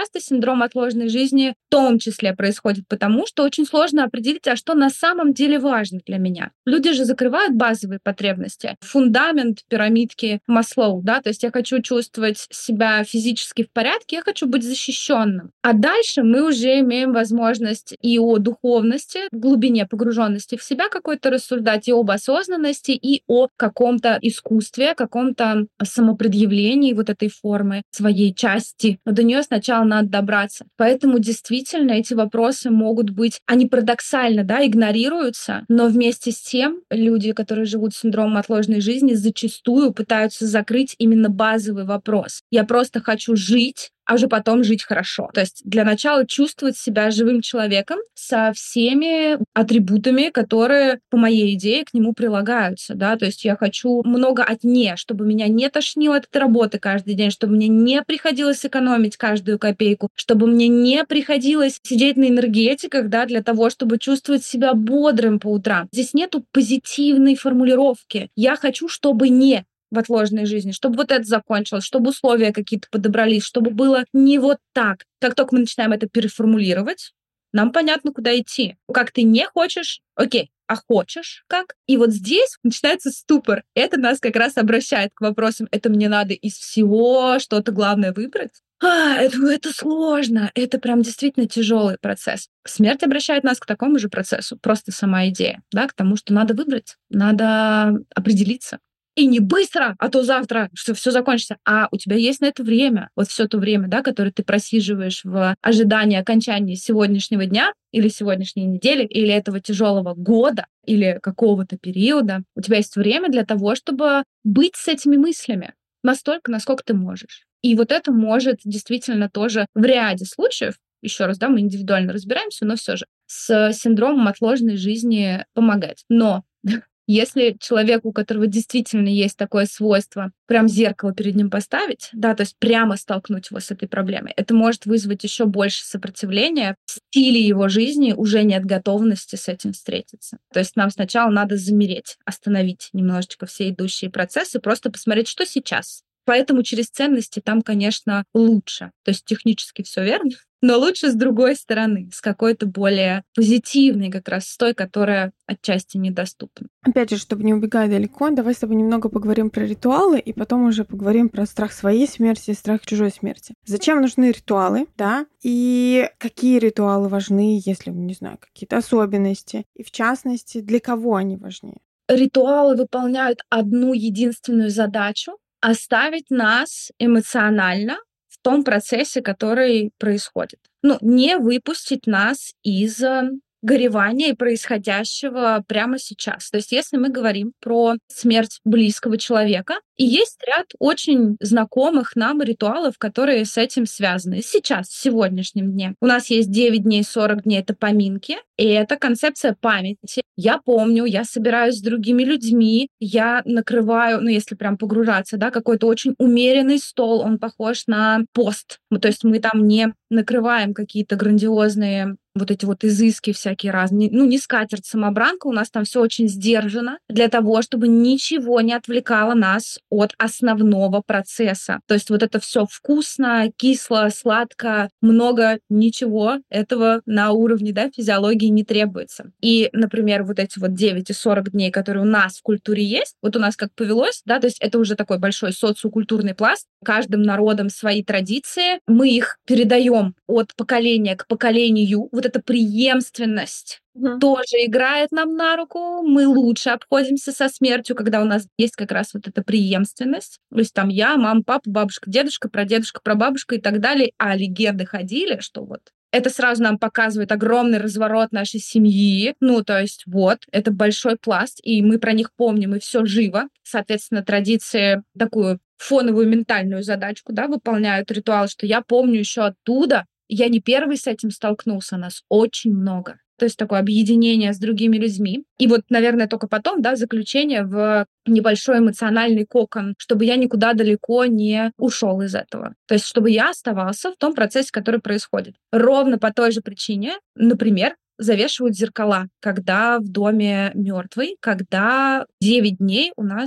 синдром отложенной жизни в том числе происходит потому, что очень сложно определить, а что на самом деле важно для меня. Люди же закрывают базовые потребности. Фундамент пирамидки Маслоу, да, то есть я хочу чувствовать себя физически в порядке, я хочу быть защищенным. А дальше мы уже имеем возможность и о духовности, глубине погруженности в себя какой-то рассуждать, и об осознанности, и о каком-то искусстве, каком-то самопредъявлении вот этой формы своей части. Но до нее сначала надо добраться. Поэтому действительно эти вопросы могут быть, они парадоксально, да, игнорируются, но вместе с тем люди, которые живут с синдромом отложенной жизни, зачастую пытаются закрыть именно базовый вопрос. Я просто хочу жить, а уже потом жить хорошо. То есть для начала чувствовать себя живым человеком со всеми атрибутами, которые, по моей идее, к нему прилагаются. Да? То есть я хочу много от «не», чтобы меня не тошнило от этой работы каждый день, чтобы мне не приходилось экономить каждую копейку, чтобы мне не приходилось сидеть на энергетиках, да, для того, чтобы чувствовать себя бодрым по утрам. Здесь нету позитивной формулировки. Я хочу, чтобы не в отложенной жизни, чтобы вот это закончилось, чтобы условия какие-то подобрались, чтобы было не вот так. Как только мы начинаем это переформулировать, нам понятно, куда идти. Как ты не хочешь, окей, а хочешь как? И вот здесь начинается ступор. Это нас как раз обращает к вопросам, это мне надо из всего что-то главное выбрать? А, это, это сложно, это прям действительно тяжелый процесс. Смерть обращает нас к такому же процессу, просто сама идея, да, к тому, что надо выбрать, надо определиться. И не быстро, а то завтра что все закончится. А у тебя есть на это время. Вот все то время, да, которое ты просиживаешь в ожидании окончания сегодняшнего дня или сегодняшней недели, или этого тяжелого года, или какого-то периода. У тебя есть время для того, чтобы быть с этими мыслями настолько, насколько ты можешь. И вот это может действительно тоже в ряде случаев, еще раз, да, мы индивидуально разбираемся, но все же с синдромом отложенной жизни помогать. Но если человек, у которого действительно есть такое свойство, прям зеркало перед ним поставить, да, то есть прямо столкнуть его с этой проблемой, это может вызвать еще больше сопротивления в стиле его жизни, уже нет готовности с этим встретиться. То есть нам сначала надо замереть, остановить немножечко все идущие процессы, просто посмотреть, что сейчас. Поэтому через ценности там, конечно, лучше. То есть технически все верно, но лучше с другой стороны, с какой-то более позитивной, как раз с той, которая отчасти недоступна. Опять же, чтобы не убегать далеко, давай с тобой немного поговорим про ритуалы, и потом уже поговорим про страх своей смерти и страх чужой смерти. Зачем нужны ритуалы, да? И какие ритуалы важны, если, не знаю, какие-то особенности? И в частности, для кого они важнее? Ритуалы выполняют одну единственную задачу — оставить нас эмоционально в том процессе, который происходит. Ну, не выпустить нас из э, горевания и происходящего прямо сейчас. То есть если мы говорим про смерть близкого человека, и есть ряд очень знакомых нам ритуалов, которые с этим связаны. Сейчас, в сегодняшнем дне. У нас есть девять дней, сорок дней — это поминки, и это концепция памяти. Я помню, я собираюсь с другими людьми, я накрываю, ну, если прям погружаться, да, какой-то очень умеренный стол, он похож на пост. Ну, то есть мы там не накрываем какие-то грандиозные вот эти вот изыски всякие разные. Ну, не скатерть-самобранка, у нас там все очень сдержано для того, чтобы ничего не отвлекало нас от основного процесса. То есть вот это все вкусно, кисло, сладко, много, ничего этого на уровне, да, физиологии не требуется. И, например, вот эти вот девять и сорок дней, которые у нас в культуре есть, вот у нас как повелось, да, то есть это уже такой большой социокультурный пласт, каждым народом свои традиции, мы их передаем от поколения к поколению, вот эта преемственность Мгм. тоже играет нам на руку. Мы лучше обходимся со смертью, когда у нас есть как раз вот эта преемственность. То есть там я, мама, папа, бабушка, дедушка, прадедушка, прабабушка и так далее. А легенды ходили, что вот это сразу нам показывает огромный разворот нашей семьи. Ну, то есть вот, это большой пласт, и мы про них помним, и все живо. Соответственно, традиции такую фоновую ментальную задачку, да, выполняют ритуал, что я помню еще оттуда. Я не первый с этим столкнулся, нас очень много. То есть такое объединение с другими людьми. И вот, наверное, только потом, да, заключение в небольшой эмоциональный кокон, чтобы я никуда далеко не ушел из этого. То есть чтобы я оставался в том процессе, который происходит. Ровно по той же причине, например, завешивают зеркала, когда в доме мертвый, когда девять дней у нас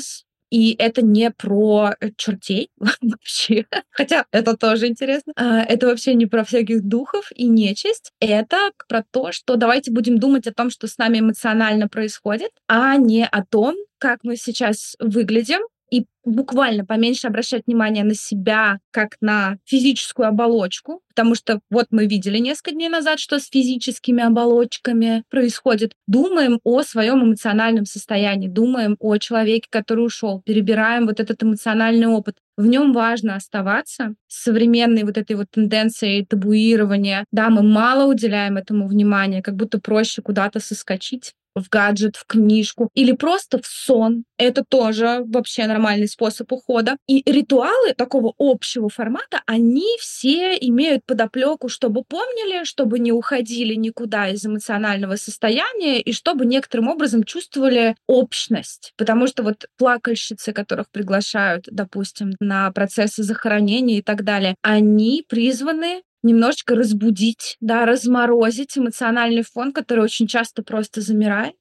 И это не про э, чертей вообще, хотя это тоже интересно. А, Это вообще не про всяких духов и нечисть. Это про то, что давайте будем думать о том, что с нами эмоционально происходит, а не о том, как мы сейчас выглядим, и буквально поменьше обращать внимание на себя как на физическую оболочку, потому что вот мы видели несколько дней назад, что с физическими оболочками происходит. Думаем о своем эмоциональном состоянии, думаем о человеке, который ушел, перебираем вот этот эмоциональный опыт. В нем важно оставаться. С современной вот этой вот тенденцией табуирования, да, мы мало уделяем этому внимания, как будто проще куда-то соскочить в гаджет, в книжку или просто в сон. Это тоже вообще нормальный способ ухода. И ритуалы такого общего формата, они все имеют подоплеку, чтобы помнили, чтобы не уходили никуда из эмоционального состояния и чтобы некоторым образом чувствовали общность. Потому что вот плакальщицы, которых приглашают, допустим, на процессы захоронения и так далее, они призваны немножечко разбудить, да, разморозить эмоциональный фон, который очень часто просто замирает,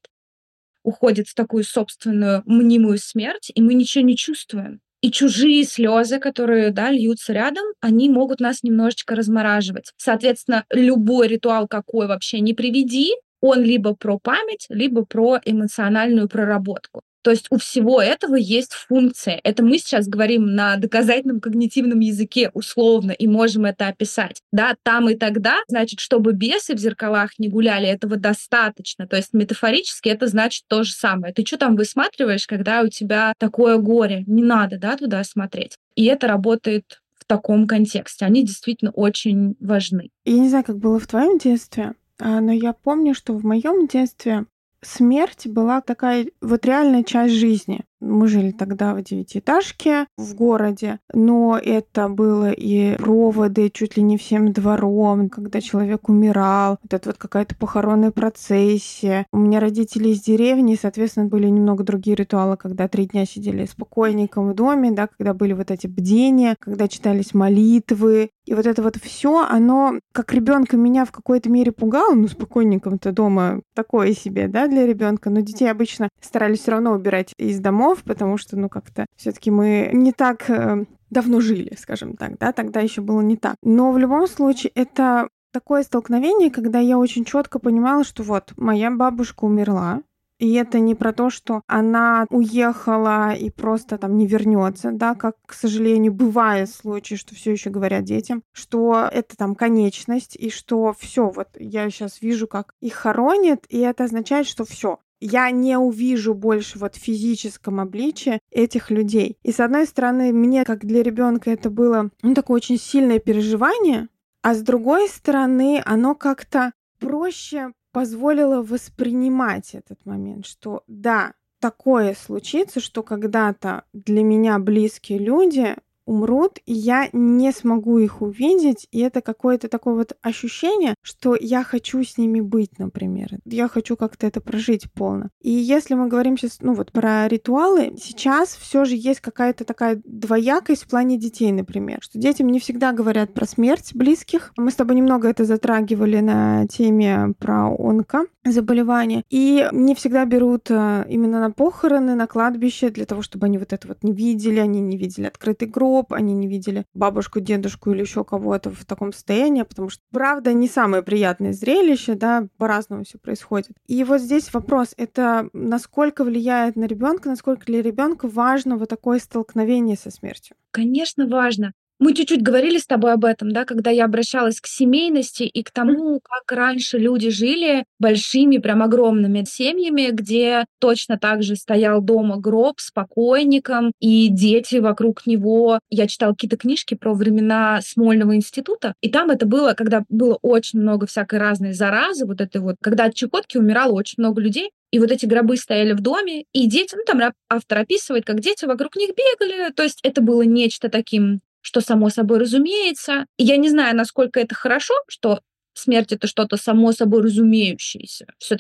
уходит в такую собственную мнимую смерть, и мы ничего не чувствуем. И чужие слезы, которые, да, льются рядом, они могут нас немножечко размораживать. Соответственно, любой ритуал, какой вообще не приведи, он либо про память, либо про эмоциональную проработку. То есть у всего этого есть функция. Это мы сейчас говорим на доказательном когнитивном языке условно и можем это описать. Да, там и тогда, значит, чтобы бесы в зеркалах не гуляли, этого достаточно. То есть метафорически это значит то же самое. Ты что там высматриваешь, когда у тебя такое горе? Не надо, да, туда смотреть. И это работает в таком контексте. Они действительно очень важны. Я не знаю, как было в твоем детстве, а, но я помню, что в моем детстве смерть была такая вот реальная часть жизни. Мы жили тогда в девятиэтажке в городе, но это было и проводы чуть ли не всем двором, когда человек умирал, вот это вот какая-то похоронная процессия. У меня родители из деревни, и, соответственно, были немного другие ритуалы, когда три дня сидели с покойником в доме, да, когда были вот эти бдения, когда читались молитвы. И вот это вот все, оно как ребенка меня в какой-то мере пугало, ну, с покойником-то дома такое себе, да, для ребенка, но детей обычно старались все равно убирать из домов, потому что, ну, как-то все-таки мы не так э, давно жили, скажем так, да, тогда еще было не так. Но в любом случае это такое столкновение, когда я очень четко понимала, что вот моя бабушка умерла, и это не про то, что она уехала и просто там не вернется, да, как, к сожалению, бывает случаи, что все еще говорят детям, что это там конечность, и что все, вот я сейчас вижу, как их хоронят, и это означает, что все. Я не увижу больше вот в физическом обличии этих людей. И с одной стороны, мне, как для ребенка, это было ну, такое очень сильное переживание, а с другой стороны, оно как-то проще позволило воспринимать этот момент, что да, такое случится, что когда-то для меня близкие люди умрут, и я не смогу их увидеть, и это какое-то такое вот ощущение, что я хочу с ними быть, например. Я хочу как-то это прожить полно. И если мы говорим сейчас, ну вот про ритуалы, сейчас все же есть какая-то такая двоякость в плане детей, например, что детям не всегда говорят про смерть близких. Мы с тобой немного это затрагивали на теме про онкозаболевания, и не всегда берут именно на похороны, на кладбище, для того, чтобы они вот это вот не видели, они не видели открытый гроб, они не видели бабушку, дедушку или еще кого-то в таком состоянии, потому что, правда, не самое приятное зрелище, да, по-разному все происходит. И вот здесь вопрос, это насколько влияет на ребенка, насколько для ребенка важно вот такое столкновение со смертью? Конечно, важно. Мы чуть-чуть говорили с тобой об этом, да, когда я обращалась к семейности и к тому, как раньше люди жили большими, прям огромными семьями, где точно так же стоял дома гроб с покойником, и дети вокруг него. Я читала какие-то книжки про времена Смольного института, и там это было, когда было очень много всякой разной заразы, вот этой вот, когда от чехотки умирало очень много людей, и вот эти гробы стояли в доме, и дети, ну там автор описывает, как дети вокруг них бегали, то есть это было нечто таким, что само собой разумеется. И я не знаю, насколько это хорошо, что смерть — это что-то само собой разумеющееся. Все-таки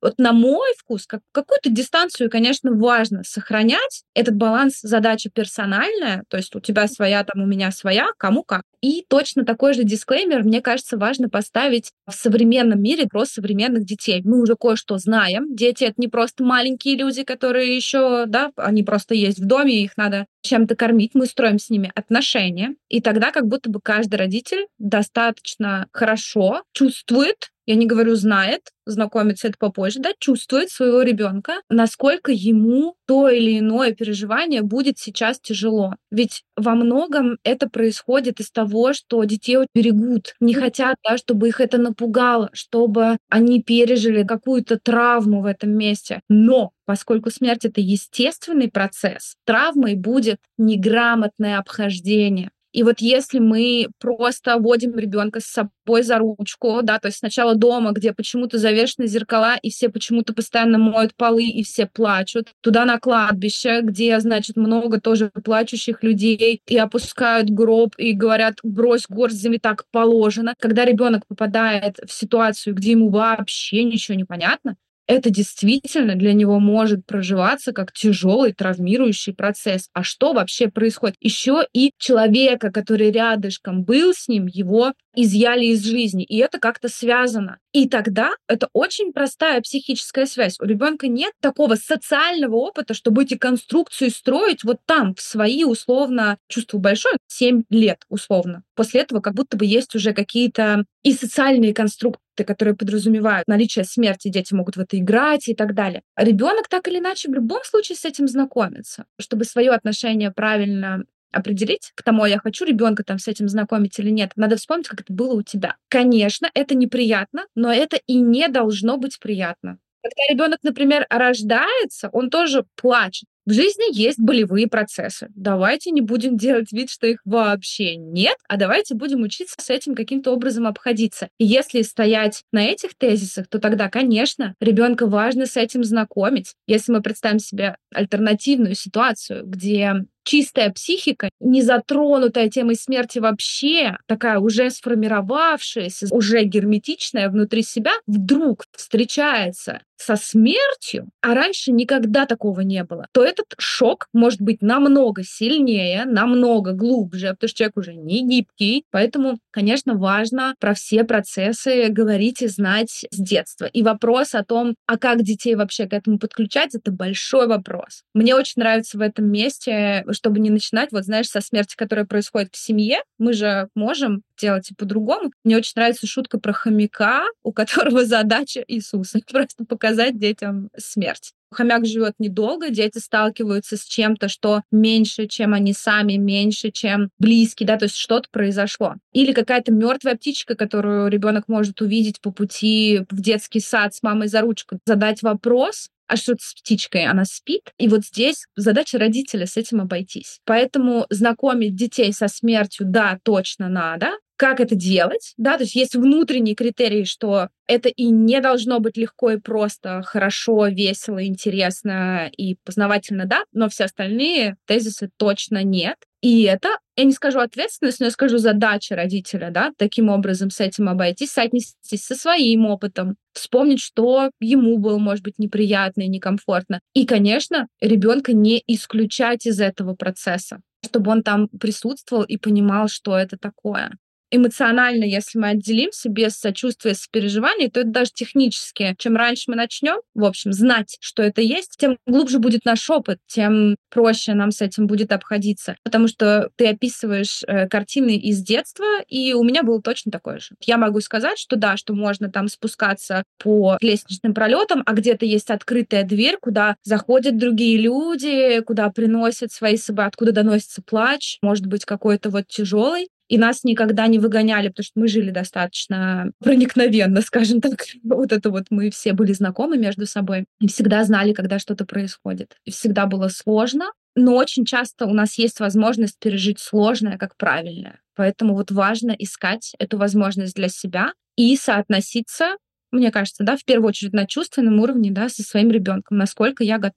Вот на мой вкус, как, какую-то дистанцию, конечно, важно сохранять. Этот баланс — задача персональная, то есть у тебя своя, там у меня своя, кому как. И точно такой же дисклеймер, мне кажется, важно поставить в современном мире про современных детей. Мы уже кое-что знаем. Дети — это не просто маленькие люди, которые еще, да, они просто есть в доме, их надо чем-то кормить. Мы строим с ними отношения. И тогда как будто бы каждый родитель достаточно хорошо чувствует, я не говорю знает, знакомиться это попозже, да, чувствует своего ребенка, насколько ему то или иное переживание будет сейчас тяжело. Ведь во многом это происходит из того, что детей берегут, не хотят, да, чтобы их это напугало, чтобы они пережили какую-то травму в этом месте. Но поскольку смерть — это естественный процесс, травмой будет неграмотное обхождение. И вот если мы просто водим ребенка с собой за ручку, да, то есть сначала дома, где почему-то завешены зеркала, и все почему-то постоянно моют полы, и все плачут, туда на кладбище, где, значит, много тоже плачущих людей, и опускают гроб, и говорят: брось горсть земли, так положено. Когда ребенок попадает в ситуацию, где ему вообще ничего не понятно, это действительно для него может проживаться как тяжелый травмирующий процесс. А что вообще происходит? Еще и человека, который рядышком был с ним, его изъяли из жизни, и это как-то связано. И тогда это очень простая психическая связь. У ребенка нет такого социального опыта, чтобы эти конструкции строить вот там, в свои, условно, чувство большое, семь лет, условно. После этого как будто бы есть уже какие-то и социальные конструкты, которые подразумевают наличие смерти, дети могут в это играть и так далее. Ребенок так или иначе в любом случае с этим знакомится. Чтобы свое отношение правильно определить к тому, я хочу ребенка там с этим знакомить или нет, надо вспомнить, как это было у тебя. Конечно, это неприятно, но это и не должно быть приятно. Когда ребенок, например, рождается, он тоже плачет. В жизни есть болевые процессы. Давайте не будем делать вид, что их вообще нет, а давайте будем учиться с этим каким-то образом обходиться. И если стоять на этих тезисах, то тогда, конечно, ребенка важно с этим знакомить. Если мы представим себе альтернативную ситуацию, где чистая психика, не затронутая темой смерти вообще, такая уже сформировавшаяся, уже герметичная внутри себя, вдруг встречается со смертью, а раньше никогда такого не было, то этот шок может быть намного сильнее, намного глубже, потому что человек уже не гибкий. Поэтому, конечно, важно про все процессы говорить и знать с детства. И вопрос о том, а как детей вообще к этому подключать, это большой вопрос. Мне очень нравится в этом месте, чтобы не начинать, вот знаешь, со смерти, которая происходит в семье, мы же можем делать и по-другому. Мне очень нравится шутка про хомяка, у которого задача Иисуса — просто показать детям смерть. Хомяк живет недолго, дети сталкиваются с чем-то, что меньше, чем они сами, меньше, чем близкие, да, то есть что-то произошло. Или какая-то мертвая птичка, которую ребенок может увидеть по пути в детский сад с мамой за ручку, задать вопрос: а что с птичкой? Она спит? И вот здесь задача родителя с этим обойтись. Поэтому знакомить детей со смертью, да, точно надо. Как это делать? Да, то есть есть внутренние критерии, что это и не должно быть легко и просто, хорошо, весело, интересно и познавательно, да, но все остальные тезисы точно нет. И это, я не скажу ответственность, но я скажу задача родителя, да, таким образом с этим обойтись, соотнестись со своим опытом, вспомнить, что ему было, может быть, неприятно и некомфортно. И, конечно, ребенка не исключать из этого процесса, чтобы он там присутствовал и понимал, что это такое. Эмоционально, если мы отделимся без сочувствия, сопереживания, то это даже технически. Чем раньше мы начнем, в общем, знать, что это есть, тем глубже будет наш опыт, тем проще нам с этим будет обходиться. Потому что ты описываешь э, картины из детства, и у меня было точно такое же. Я могу сказать, что да, что можно там спускаться по лестничным пролетам, а где-то есть открытая дверь, куда заходят другие люди, куда приносят свои собаки, откуда доносится плач, может быть, какой-то вот тяжелый. И нас никогда не выгоняли, потому что мы жили достаточно проникновенно, скажем так. Вот это вот мы все были знакомы между собой и всегда знали, когда что-то происходит. И всегда было сложно, но очень часто у нас есть возможность пережить сложное как правильное. Поэтому вот важно искать эту возможность для себя и соотноситься, мне кажется, да, в первую очередь на чувственном уровне, да, со своим ребенком, насколько я готов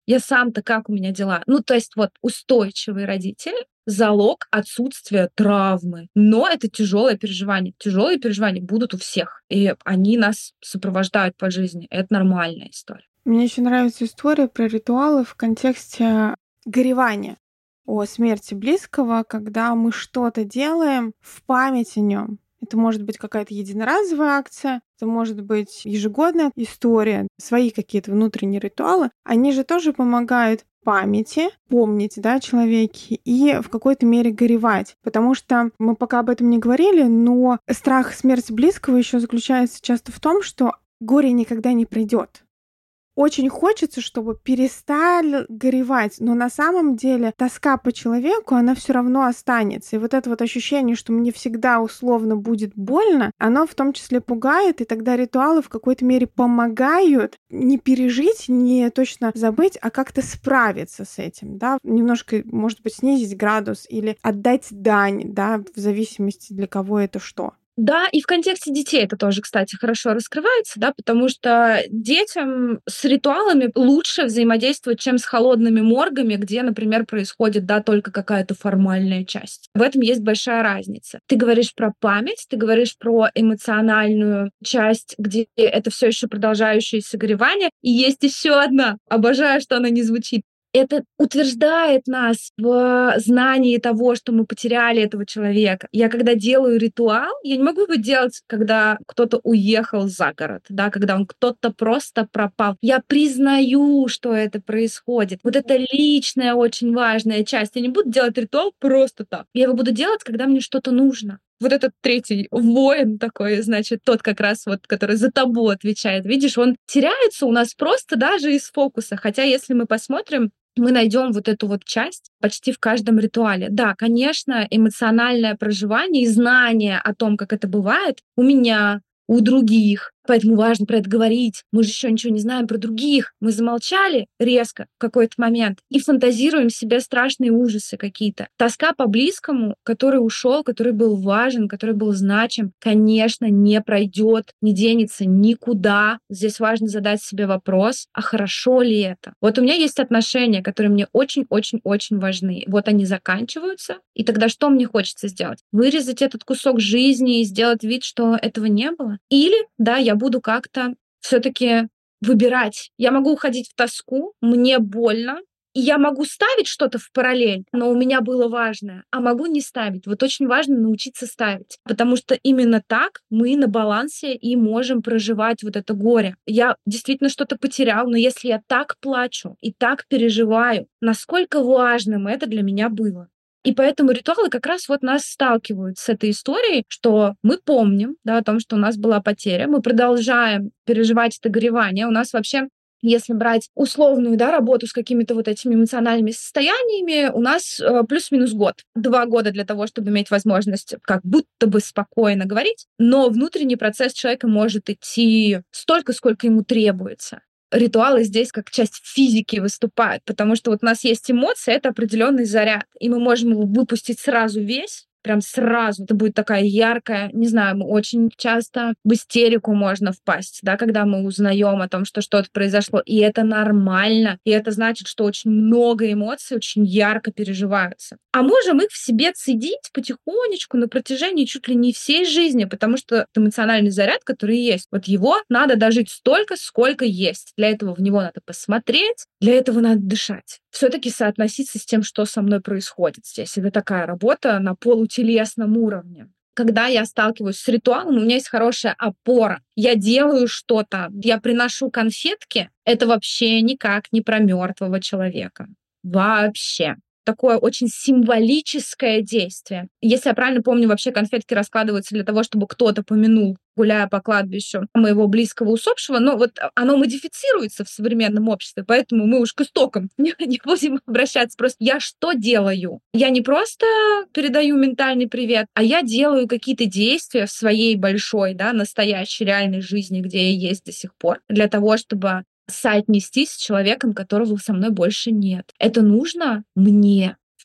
Я сам-то как, у меня дела? Ну, то есть вот устойчивый родитель — залог отсутствия травмы. Но это тяжелое переживание. Тяжелые переживания будут у всех, и они нас сопровождают по жизни. Это нормальная история. Мне еще нравится история про ритуалы в контексте горевания о смерти близкого, когда мы что-то делаем в память о нем. Это может быть какая-то единоразовая акция, это может быть ежегодная история, свои какие-то внутренние ритуалы. Они же тоже помогают памяти, помнить, да, о человеке и в какой-то мере горевать. Потому что мы пока об этом не говорили, но страх смерти близкого еще заключается часто в том, что горе никогда не пройдет. Очень хочется, чтобы перестали горевать, но на самом деле тоска по человеку, она все равно останется. И вот это вот ощущение, что мне всегда условно будет больно, оно в том числе пугает, и тогда ритуалы в какой-то мере помогают не пережить, не точно забыть, а как-то справиться с этим, да, немножко, может быть, снизить градус или отдать дань, да, в зависимости для кого это что. Да, и в контексте детей это тоже, кстати, хорошо раскрывается, да, потому что детям с ритуалами лучше взаимодействовать, чем с холодными моргами, где, например, происходит, да, только какая-то формальная часть. В этом есть большая разница. Ты говоришь про память, ты говоришь про эмоциональную часть, где это все еще продолжающееся горевание, и есть еще одна. Обожаю, что она не звучит. Это утверждает нас в знании того, что мы потеряли этого человека. Я когда делаю ритуал, я не могу его делать, когда кто-то уехал за город, да, когда он кто-то просто пропал. Я признаю, что это происходит. Вот это личная, очень важная часть. Я не буду делать ритуал просто так. Я его буду делать, когда мне что-то нужно. Вот этот третий воин такой, значит, тот как раз вот, который за табу отвечает. Видишь, он теряется у нас просто даже из фокуса. Хотя если мы посмотрим, мы найдем вот эту вот часть почти в каждом ритуале. Да, конечно, эмоциональное проживание и знание о том, как это бывает, у меня, у других. Поэтому важно про это говорить. Мы же еще ничего не знаем про других. Мы замолчали резко в какой-то момент и фантазируем себе страшные ужасы какие-то. Тоска по близкому, который ушел, который был важен, который был значим, конечно, не пройдет, не денется никуда. Здесь важно задать себе вопрос, а хорошо ли это? Вот у меня есть отношения, которые мне очень-очень-очень важны. Вот они заканчиваются, и тогда что мне хочется сделать? Вырезать этот кусок жизни и сделать вид, что этого не было? Или, да, я буду как-то все-таки выбирать. Я могу уходить в тоску, мне больно, и я могу ставить что-то в параллель, но у меня было важное, а могу не ставить. Вот очень важно научиться ставить, потому что именно так мы на балансе и можем проживать вот это горе. Я действительно что-то потерял, но если я так плачу и так переживаю, насколько важным это для меня было. И поэтому ритуалы как раз вот нас сталкивают с этой историей, что мы помним, да, о том, что у нас была потеря, мы продолжаем переживать это горевание. У нас вообще, если брать условную, да, работу с какими-то вот этими эмоциональными состояниями, у нас э, плюс-минус год. Два года для того, чтобы иметь возможность как будто бы спокойно говорить, но внутренний процесс человека может идти столько, сколько ему требуется. Ритуалы здесь как часть физики выступают, потому что вот у нас есть эмоции, это определенный заряд, и мы можем его выпустить сразу весь, прям сразу. Это будет такая яркая, не знаю, мы очень часто в истерику можно впасть, да, когда мы узнаем о том, что что-то произошло, и это нормально, и это значит, что очень много эмоций очень ярко переживаются. А можем их в себе цедить потихонечку на протяжении чуть ли не всей жизни, потому что эмоциональный заряд, который есть, вот его надо дожить столько, сколько есть. Для этого в него надо посмотреть, для этого надо дышать. Все-таки соотноситься с тем, что со мной происходит здесь. Это такая работа на полутелесном уровне. Когда я сталкиваюсь с ритуалом, у меня есть хорошая опора. Я делаю что-то, я приношу конфетки. Это вообще никак не про мертвого человека. Вообще. Такое очень символическое действие. Если я правильно помню, вообще конфетки раскладываются для того, чтобы кто-то помянул, гуляя по кладбищу, моего близкого усопшего, но вот оно модифицируется в современном обществе, поэтому мы уж к истокам не, не будем обращаться. Просто я что делаю? Я не просто передаю ментальный привет, а я делаю какие-то действия в своей большой, да, настоящей, реальной жизни, где я есть до сих пор, для того, чтобы соотнестись с человеком, которого со мной больше нет. Это нужно мне в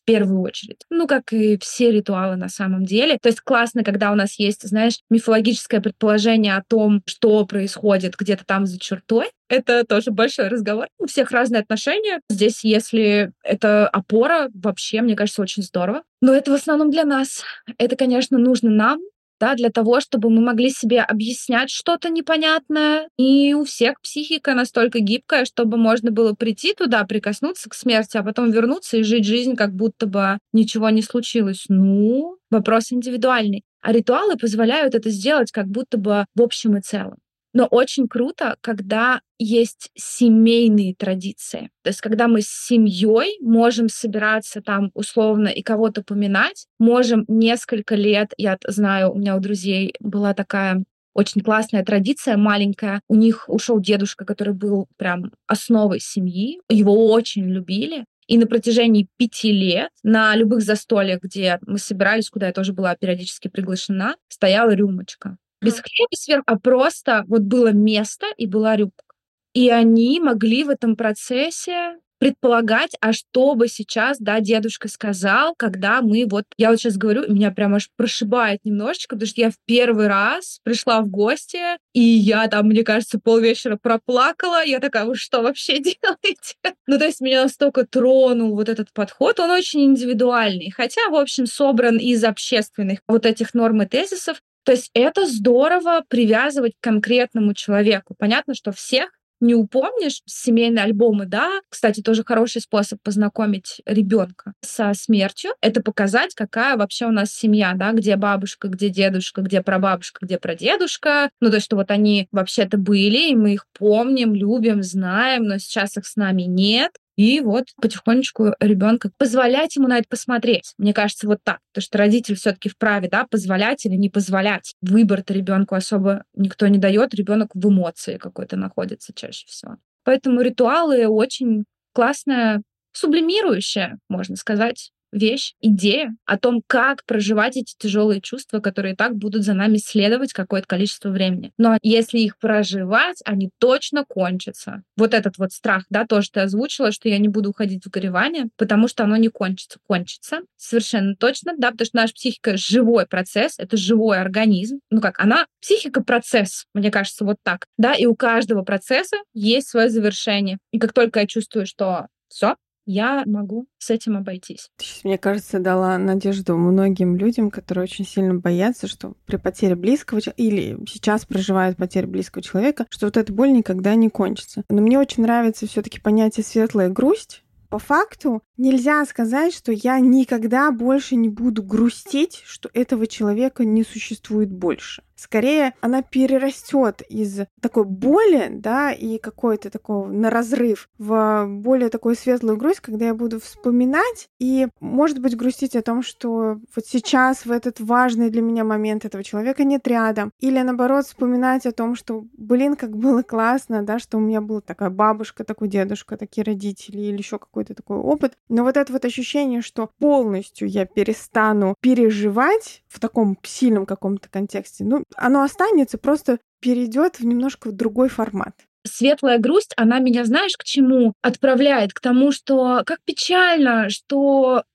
в первую очередь. Ну, как и все ритуалы на самом деле. То есть классно, когда у нас есть, знаешь, мифологическое предположение о том, что происходит где-то там за чертой. Это тоже большой разговор. У всех разные отношения. Здесь, если это опора, вообще, мне кажется, очень здорово. Но это в основном для нас. Это, конечно, нужно нам, да, для того, чтобы мы могли себе объяснять что-то непонятное. И у всех психика настолько гибкая, чтобы можно было прийти туда, прикоснуться к смерти, а потом вернуться и жить жизнь, как будто бы ничего не случилось. Ну, вопрос индивидуальный. А ритуалы позволяют это сделать как будто бы в общем и целом. Но очень круто, когда есть семейные традиции. То есть когда мы с семьей можем собираться там условно и кого-то поминать, можем несколько лет, я знаю, у меня у друзей была такая очень классная традиция, маленькая. У них ушел дедушка, который был прям основой семьи. Его очень любили. И на протяжении пяти лет на любых застольях, где мы собирались, куда я тоже была периодически приглашена, стояла рюмочка. Без хлеба сверху, а просто вот было место и была рюмка. И они могли в этом процессе предполагать, а что бы сейчас, да, дедушка сказал, когда мы вот... Я вот сейчас говорю, меня прям аж прошибает немножечко, потому что я в первый раз пришла в гости, и я там, мне кажется, полвечера проплакала. Я такая, вы что вообще делаете? Ну, то есть меня настолько тронул вот этот подход. Он очень индивидуальный, хотя, в общем, собран из общественных вот этих норм и тезисов. То есть это здорово привязывать к конкретному человеку. Понятно, что всех не упомнишь. Семейные альбомы, да. Кстати, тоже хороший способ познакомить ребенка со смертью. Это показать, какая вообще у нас семья, да, где бабушка, где дедушка, где прабабушка, где прадедушка. Ну, то есть, что вот они вообще-то были, и мы их помним, любим, знаем, но сейчас их с нами нет. И вот потихонечку ребенка позволять ему на это посмотреть. Мне кажется, вот так. Потому что родитель все-таки вправе, да, позволять или не позволять. Выбор-то ребенку особо никто не дает. Ребенок в эмоции какой-то находится чаще всего. Поэтому ритуалы очень классная, сублимирующая, можно сказать, вещь, идея о том, как проживать эти тяжелые чувства, которые и так будут за нами следовать какое-то количество времени. Но если их проживать, они точно кончатся. Вот этот вот страх, да, тоже ты озвучила, что я не буду уходить в горевание, потому что оно не кончится. Кончится. Совершенно точно, да, потому что наша психика — живой процесс, это живой организм. Ну как, она, психика — процесс, мне кажется, вот так, да, и у каждого процесса есть свое завершение. И как только я чувствую, что все, я могу с этим обойтись. Ты сейчас, мне кажется, дала надежду многим людям, которые очень сильно боятся, что при потере близкого или сейчас проживают потерю близкого человека, что вот эта боль никогда не кончится. Но мне очень нравится все-таки понятие светлая грусть. По факту нельзя сказать, что я никогда больше не буду грустить, что этого человека не существует больше. Скорее, она перерастет из такой боли, да, и какой-то такого на разрыв в более такую светлую грусть, когда я буду вспоминать и, может быть, грустить о том, что вот сейчас, в этот важный для меня момент, этого человека нет рядом. Или, наоборот, вспоминать о том, что, блин, как было классно, да, что у меня была такая бабушка, такой дедушка, такие родители или еще какой-то такой опыт. Но вот это вот ощущение, что полностью я перестану переживать в таком сильном каком-то контексте, ну, оно останется, просто перейдет в немножко в другой формат. Светлая грусть, она меня, знаешь, к чему отправляет? К тому, что как печально, что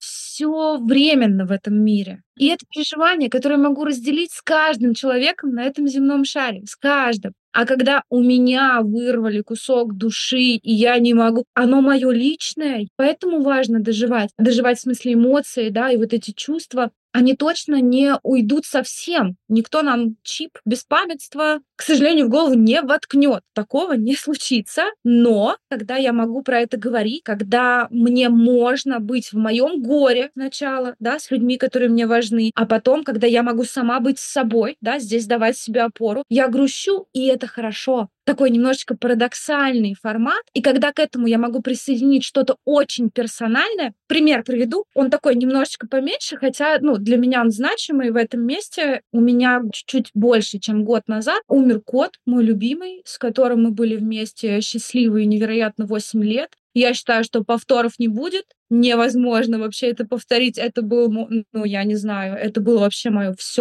все временно в этом мире. И это переживание, которое я могу разделить с каждым человеком на этом земном шаре, с каждым. А когда у меня вырвали кусок души, и я не могу, оно мое личное, поэтому важно доживать. Доживать в смысле эмоции, да, и вот эти чувства, они точно не уйдут совсем. Никто нам чип беспамятства, к сожалению, в голову не воткнет. Такого не случится. Но когда я могу про это говорить, когда мне можно быть в моем горе сначала, да, с людьми, которые мне важны, а потом, когда я могу сама быть с собой, да, здесь давать себе опору, я грущу, и это хорошо. Такой немножечко парадоксальный формат. И когда к этому я могу присоединить что-то очень персональное, пример приведу, он такой немножечко поменьше, хотя, ну, для меня он значимый в этом месте. У меня чуть-чуть больше, чем год назад, умер кот, мой любимый, с которым мы были вместе счастливые невероятно восемь лет. Я считаю, что повторов не будет. Невозможно вообще это повторить. Это был, ну, я не знаю, это было вообще мое все.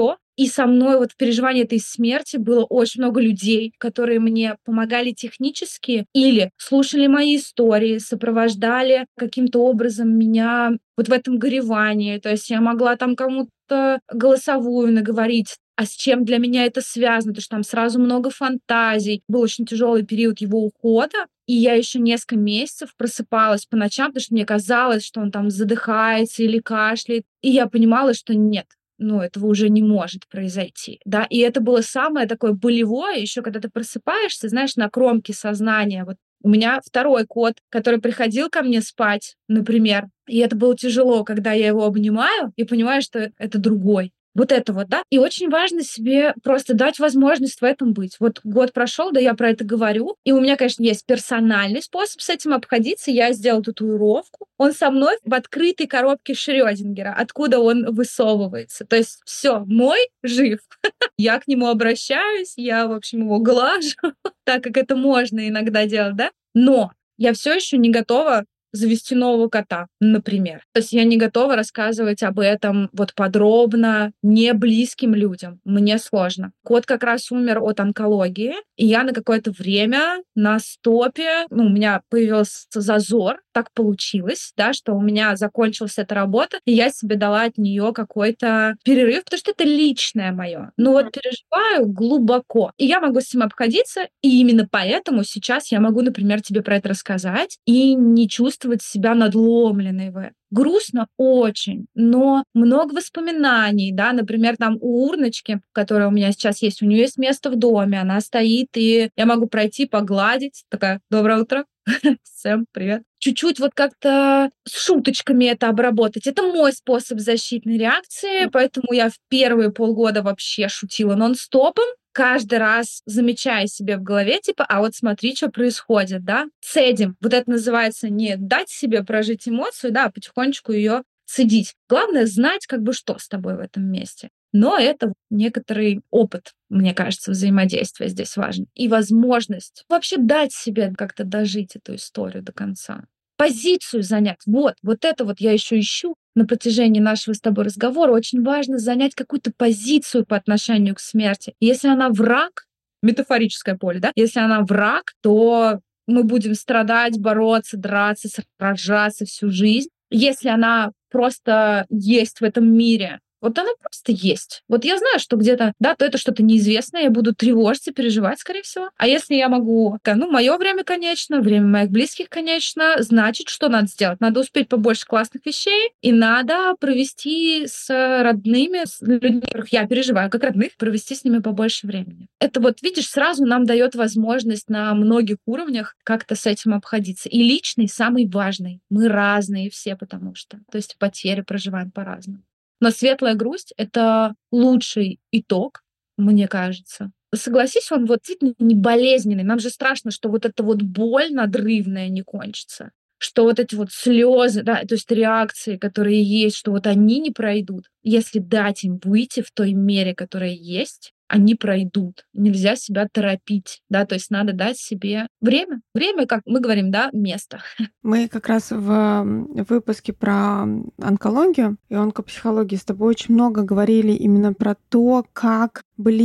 И со мной вот в переживании этой смерти было очень много людей, которые мне помогали технически или слушали мои истории, сопровождали каким-то образом меня вот в этом горевании. То есть я могла там кому-то голосовую наговорить, а с чем для меня это связано, потому что там сразу много фантазий. Был очень тяжелый период его ухода, и я еще несколько месяцев просыпалась по ночам, потому что мне казалось, что он там задыхается или кашляет. И я понимала, что нет, ну, этого уже не может произойти, да. И это было самое такое болевое, еще когда ты просыпаешься, знаешь, на кромке сознания. Вот у меня второй кот, который приходил ко мне спать, например, и это было тяжело, когда я его обнимаю и понимаю, что это другой. Вот это вот, да. И очень важно себе просто дать возможность в этом быть. Вот год прошел, да, я про это говорю. И у меня, конечно, есть персональный способ с этим обходиться. Я сделала татуировку. Он со мной в открытой коробке Шрёдингера, откуда он высовывается. То есть все, мой жив. Я к нему обращаюсь, я, в общем, его глажу, так как это можно иногда делать, да. Но я все еще не готова завести нового кота, например. То есть я не готова рассказывать об этом вот подробно не близким людям. Мне сложно. Кот как раз умер от онкологии, и я на какое-то время на стопе, ну, у меня появился зазор, так получилось, да, что у меня закончилась эта работа, и я себе дала от нее какой-то перерыв, потому что это личное мое. Но вот переживаю глубоко, и я могу с этим обходиться, и именно поэтому сейчас я могу, например, тебе про это рассказать и не чувствовать себя надломленной в этом. Грустно очень, но много воспоминаний, да, например, там у Урночки, которая у меня сейчас есть, у нее есть место в доме, она стоит, и я могу пройти, погладить, такая: доброе утро, всем привет. Чуть-чуть вот как-то с шуточками это обработать. Это мой способ защитной реакции, поэтому я в первые полгода вообще шутила нон-стопом, каждый раз замечая себе в голове, типа, а вот смотри, что происходит, да. Цедим. Вот это называется не дать себе прожить эмоцию, да, а потихонечку ее цедить. Главное знать, как бы, что с тобой в этом месте. Но это некоторый опыт, мне кажется, взаимодействия здесь важен. И возможность вообще дать себе как-то дожить эту историю до конца. Позицию занять. Вот, вот это вот я еще ищу на протяжении нашего с тобой разговора. Очень важно занять какую-то позицию по отношению к смерти. Если она враг, метафорическое поле, да, если она враг, то мы будем страдать, бороться, драться, сражаться всю жизнь. Если она просто есть в этом мире, вот она просто есть. Вот я знаю, что где-то, да, то это что-то неизвестное, я буду тревожиться, переживать, скорее всего. А если я могу, ну, мое время конечно, время моих близких конечно, значит, что надо сделать? Надо успеть побольше классных вещей, и надо провести с родными, с людьми, которых я переживаю, как родных, провести с ними побольше времени. Это вот, видишь, сразу нам дает возможность на многих уровнях как-то с этим обходиться. И личный самый важный. Мы разные все, потому что. То есть потери проживаем по-разному. Но светлая грусть — это лучший итог, мне кажется. Согласись, он вот действительно не болезненный. Нам же страшно, что вот эта вот боль надрывная не кончится, что вот эти вот слезы, да, то есть реакции, которые есть, что вот они не пройдут. Если дать им выйти в той мере, которая есть, они пройдут. Нельзя себя торопить, да, то есть надо дать себе время. Время, как мы говорим, да, место. Мы как раз в выпуске про онкологию и онкопсихологию с тобой очень много говорили именно про то, как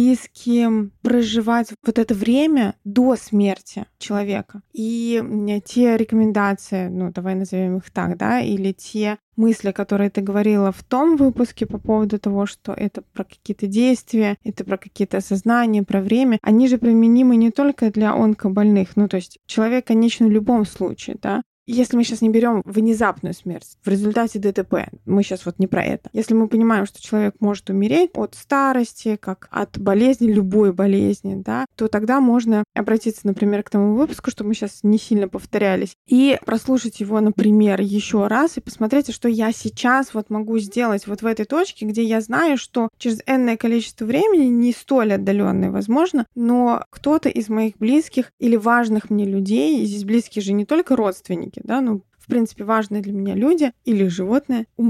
близким проживать вот это время до смерти человека. И те рекомендации, ну, давай назовем их так, да, или те мысли, которые ты говорила в том выпуске по поводу того, что это про какие-то действия, это про какие-то осознания, про время, они же применимы не только для онкобольных. Ну, то есть человек конечен в любом случае, да. Если мы сейчас не берем внезапную смерть в результате ДТП, мы сейчас вот не про это. Если мы понимаем, что человек может умереть от старости, как от болезни, любой болезни, да, то тогда можно обратиться, например, к тому выпуску, чтобы мы сейчас не сильно повторялись, и прослушать его, например, еще раз и посмотреть, что я сейчас вот могу сделать вот в этой точке, где я знаю, что через энное количество времени, не столь отдаленное, возможно, но кто-то из моих близких или важных мне людей, и здесь близкие же не только родственники, да, ну, в принципе, важные для меня люди или животные умрут.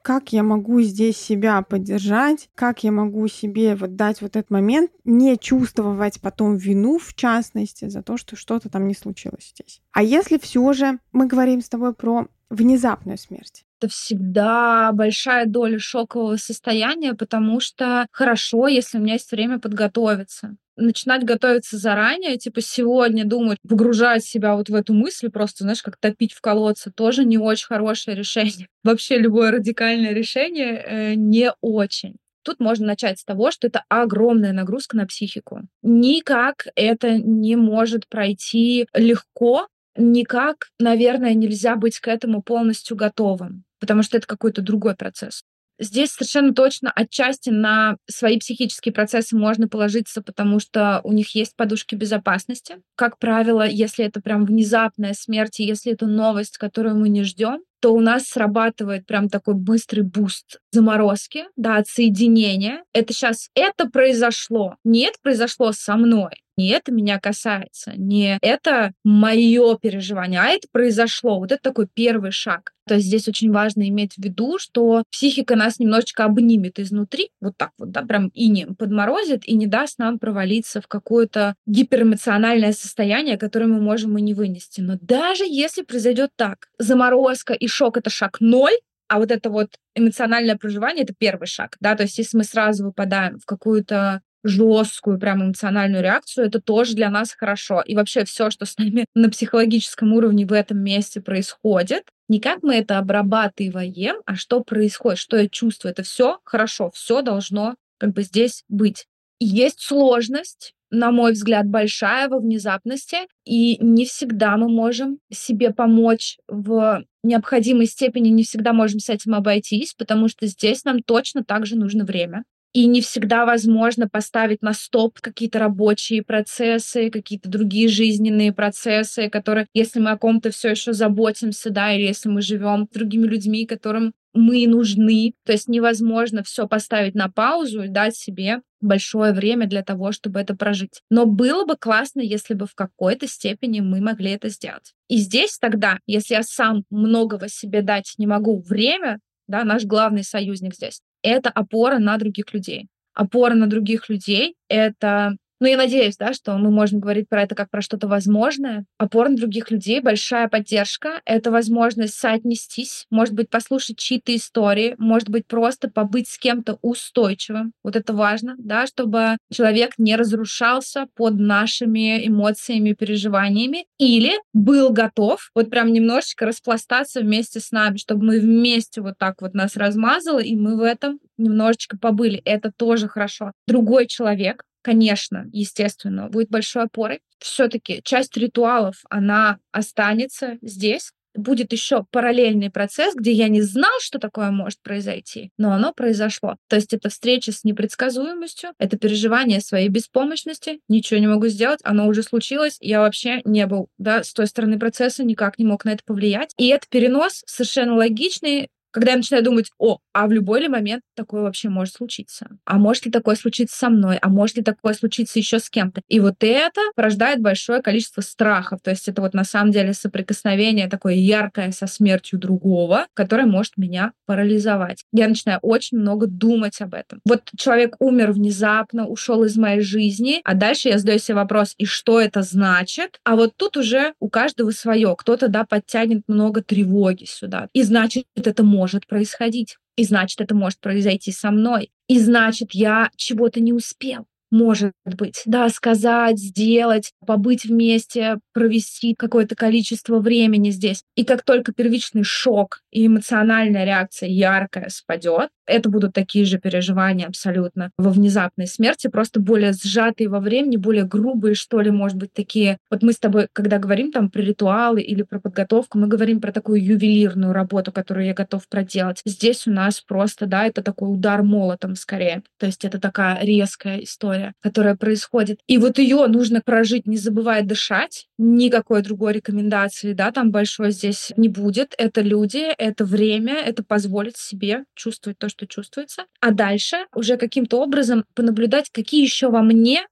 как я могу здесь себя поддержать, как я могу себе вот дать вот этот момент, не чувствовать потом вину, в частности, за то, что что-то там не случилось здесь. А если все же мы говорим с тобой про внезапную смерть? Это всегда большая доля шокового состояния, потому что хорошо, если у меня есть время подготовиться. Начинать готовиться заранее, типа сегодня думать, погружать себя вот в эту мысль, просто, знаешь, как топить в колодце, тоже не очень хорошее решение. Вообще любое радикальное решение э, не очень. Тут можно начать с того, что это огромная нагрузка на психику. Никак это не может пройти легко, никак, наверное, нельзя быть к этому полностью готовым, потому что это какой-то другой процесс. Здесь совершенно точно отчасти на свои психические процессы можно положиться, потому что у них есть подушки безопасности. Как правило, если это прям внезапная смерть, и если это новость, которую мы не ждем, то у нас срабатывает прям такой быстрый буст заморозки, да, отсоединения. Это сейчас это произошло. Не это произошло со мной. Не это меня касается, не это мое переживание, а это произошло. Вот это такой первый шаг. То есть здесь очень важно иметь в виду, что психика нас немножечко обнимет изнутри, вот так вот, да, прям инеем подморозит и не даст нам провалиться в какое-то гиперэмоциональное состояние, которое мы можем и не вынести. Но даже если произойдет так, заморозка и шок — это шаг ноль, а вот это вот эмоциональное проживание — это первый шаг, да, то есть если мы сразу выпадаем в какую-то жесткую, прям эмоциональную реакцию, это тоже для нас хорошо. И вообще все, что с нами на психологическом уровне в этом месте происходит, не как мы это обрабатываем, а что происходит, что я чувствую. Это все хорошо, все должно как бы здесь быть. И есть сложность, на мой взгляд, большая во внезапности, и не всегда мы можем себе помочь в необходимой степени, не всегда можем с этим обойтись, потому что здесь нам точно так же нужно время. И не всегда возможно поставить на стоп какие-то рабочие процессы, какие-то другие жизненные процессы, которые, если мы о ком-то все еще заботимся, да, или если мы живем с другими людьми, которым мы нужны, то есть невозможно все поставить на паузу и дать себе большое время для того, чтобы это прожить. Но было бы классно, если бы в какой-то степени мы могли это сделать. И здесь тогда, если я сам многого себе дать не могу, время, да, наш главный союзник здесь, это опора на других людей. Опора на других людей — это... Ну, я надеюсь, да, что мы можем говорить про это как про что-то возможное. Опора на других людей, большая поддержка — это возможность соотнестись, может быть, послушать чьи-то истории, может быть, просто побыть с кем-то устойчивым. Вот это важно, да, чтобы человек не разрушался под нашими эмоциями, переживаниями, или был готов вот прям немножечко распластаться вместе с нами, чтобы мы вместе вот так вот нас размазало, и мы в этом немножечко побыли. Это тоже хорошо. Другой человек, конечно, естественно, будет большой опорой. Все-таки часть ритуалов, она останется здесь. Будет еще параллельный процесс, где я не знал, что такое может произойти, но оно произошло. То есть это встреча с непредсказуемостью, это переживание своей беспомощности, ничего не могу сделать, оно уже случилось, я вообще не был, да, с той стороны процесса, никак не мог на это повлиять. И это перенос совершенно логичный, когда я начинаю думать, о, а в любой ли момент такое вообще может случиться? А может ли такое случиться со мной? А может ли такое случиться еще с кем-то? И вот это порождает большое количество страхов. То есть это вот на самом деле соприкосновение такое яркое со смертью другого, которое может меня парализовать. Я начинаю очень много думать об этом. Вот человек умер внезапно, ушел из моей жизни, а дальше я задаю себе вопрос, и что это значит? А вот тут уже у каждого свое. Кто-то, да, подтянет много тревоги сюда. И значит, это может может происходить. И значит, это может произойти со мной. И значит, я чего-то не успел. Может быть, да, сказать, сделать, побыть вместе, провести какое-то количество времени здесь. И как только первичный шок и эмоциональная реакция яркая спадет, это будут такие же переживания абсолютно во внезапной смерти, просто более сжатые во времени, более грубые, что ли, может быть, такие. Вот мы с тобой, когда говорим там про ритуалы или про подготовку, мы говорим про такую ювелирную работу, которую я готов проделать. Здесь у нас просто, да, это такой удар молотом скорее. То есть это такая резкая история, которая происходит. И вот ее нужно прожить, не забывая дышать. Никакой другой рекомендации, да, там большой здесь не будет. Это люди, это время, это позволить себе чувствовать то, что чувствуется. А дальше уже каким-то образом понаблюдать, какие еще во мне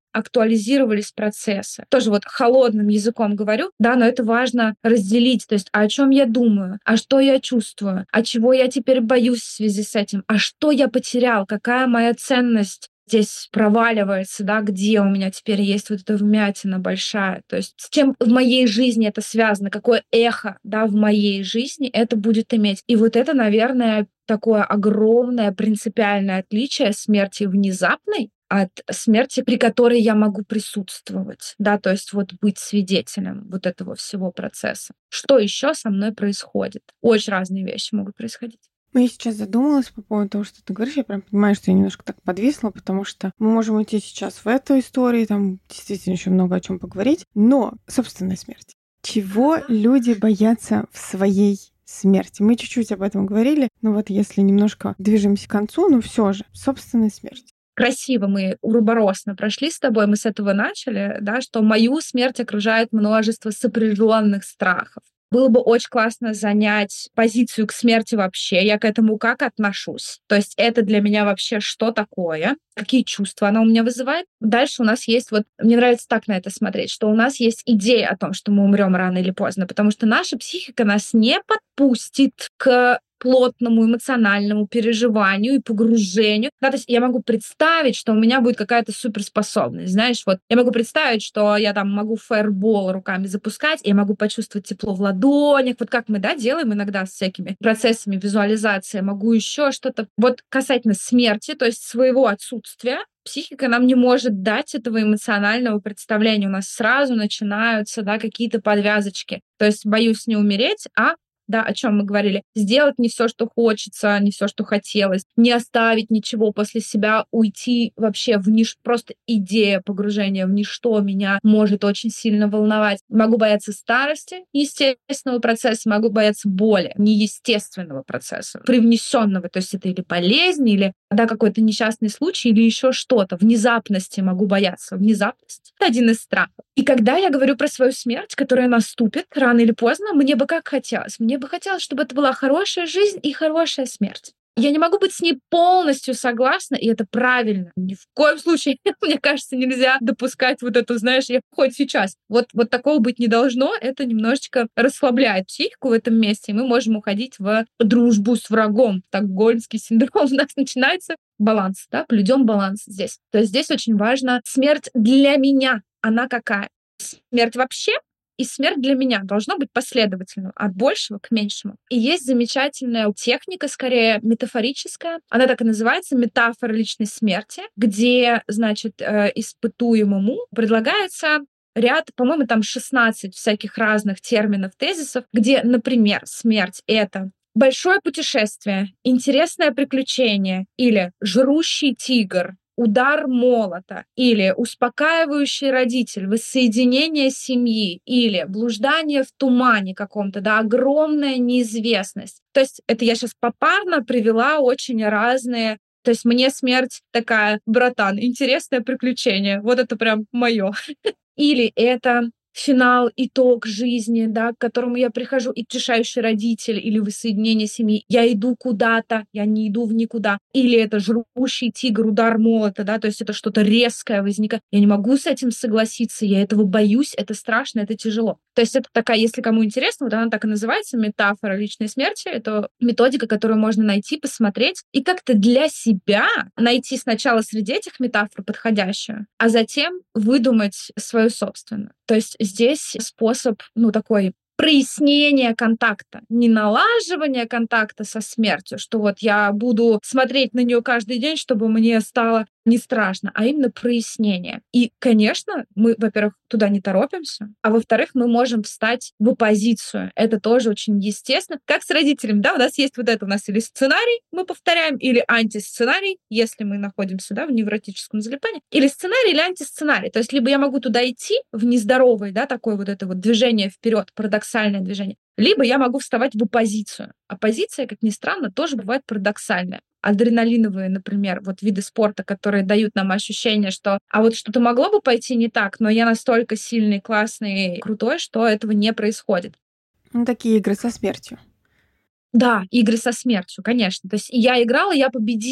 актуализировались процессы. Тоже вот холодным языком говорю, да, но это важно разделить. То есть, а о чем я думаю, а что я чувствую, а чего я теперь боюсь в связи с этим, а что я потерял, какая моя ценность здесь проваливается, да, где у меня теперь есть вот эта вмятина большая. То есть с чем в моей жизни это связано, какое эхо, да, в моей жизни это будет иметь. И вот это, наверное, такое огромное принципиальное отличие смерти внезапной от смерти, при которой я могу присутствовать, да, то есть вот быть свидетелем вот этого всего процесса. Что еще со мной происходит? Очень разные вещи могут происходить. Ну, я сейчас задумалась по поводу того, что ты говоришь. Я прям понимаю, что я немножко так подвисла, потому что мы можем уйти сейчас в эту историю, там действительно еще много о чем поговорить. Но собственная смерть. Чего люди боятся в своей смерти? Мы чуть-чуть об этом говорили, но вот если немножко движемся к концу, ну все же, собственная смерть. Красиво мы урборосно прошли с тобой, мы с этого начали, да, что мою смерть окружает множество сопряженных страхов. Было бы очень классно занять позицию к смерти вообще. Я к этому как отношусь? То есть это для меня вообще что такое? Какие чувства она у меня вызывает? Дальше у нас есть вот... Мне нравится так на это смотреть, что у нас есть идея о том, что мы умрем рано или поздно, потому что наша психика нас не подпустит к плотному эмоциональному переживанию и погружению. Да, то есть я могу представить, что у меня будет какая-то суперспособность. Знаешь, вот я могу представить, что я там могу фаербол руками запускать, и я могу почувствовать тепло в ладонях. Вот как мы, да, делаем иногда с всякими процессами визуализации. Могу еще что-то. Вот касательно смерти, то есть своего отсутствия, психика нам не может дать этого эмоционального представления. У нас сразу начинаются, да, какие-то подвязочки. То есть боюсь не умереть, а да, о чем мы говорили, сделать не все, что хочется, не все, что хотелось, не оставить ничего после себя, уйти вообще в нич... Просто идея погружения в ничто меня может очень сильно волновать. Могу бояться старости, естественного процесса, могу бояться боли, неестественного процесса, привнесенного, то есть это или болезнь, или да, какой-то несчастный случай, или еще что-то. Внезапности могу бояться. Внезапность — это один из страхов. И когда я говорю про свою смерть, которая наступит рано или поздно, мне бы как хотелось? Мне бы хотелось, чтобы это была хорошая жизнь и хорошая смерть. Я не могу быть с ней полностью согласна, и это правильно. Ни в коем случае, мне кажется, нельзя допускать вот эту, знаешь, я хоть сейчас. Вот, вот такого быть не должно. Это немножечко расслабляет психику в этом месте, и мы можем уходить в дружбу с врагом. Стокгольмский синдром у нас начинается. Баланс, да, блюдем баланс здесь. То есть здесь очень важно смерть для меня. Она какая? Смерть вообще и смерть для меня должно быть последовательно, от большего к меньшему. И есть замечательная техника, скорее метафорическая, она так и называется, метафора личной смерти, где, значит, испытуемому предлагается ряд, по-моему, там шестнадцать всяких разных терминов, тезисов, где, например, смерть — это большое путешествие, интересное приключение или жрущий тигр, удар молота, или успокаивающий родитель, воссоединение семьи, или блуждание в тумане каком-то, да, огромная неизвестность. То есть это я сейчас попарно привела очень разные. То есть мне смерть такая: братан, интересное приключение. Вот это прям мое. Или это финал, итог жизни, да, к которому я прихожу, и утешающий родитель или воссоединение семьи. Я иду куда-то, я не иду в никуда. Или это жрущий тигр, удар молота, да, то есть это что-то резкое возникает. Я не могу с этим согласиться, я этого боюсь, это страшно, это тяжело. То есть это такая, если кому интересно, вот она так и называется, метафора личной смерти. Это методика, которую можно найти, посмотреть и как-то для себя найти сначала среди этих метафор подходящую, а затем выдумать свою собственную. То есть здесь способ, ну, такой прояснения контакта, не налаживания контакта со смертью, что вот я буду смотреть на нее каждый день, чтобы мне стало не страшно, а именно прояснение. И, конечно, мы, во-первых, туда не торопимся, а во-вторых, мы можем встать в оппозицию. Это тоже очень естественно. Как с родителями, да, у нас есть вот это, у нас или сценарий мы повторяем, или антисценарий, если мы находимся, да, в невротическом залипании, или сценарий, или антисценарий. То есть либо я могу туда идти в нездоровое, да, такое вот это вот движение вперед, парадоксальное движение, либо я могу вставать в оппозицию. Оппозиция, как ни странно, тоже бывает парадоксальная. Адреналиновые, например, вот виды спорта, которые дают нам ощущение, что а вот что-то могло бы пойти не так, но я настолько сильный, классный, крутой, что этого не происходит. Ну, такие игры со смертью. Да, игры со смертью, конечно. То есть я играла, я победил.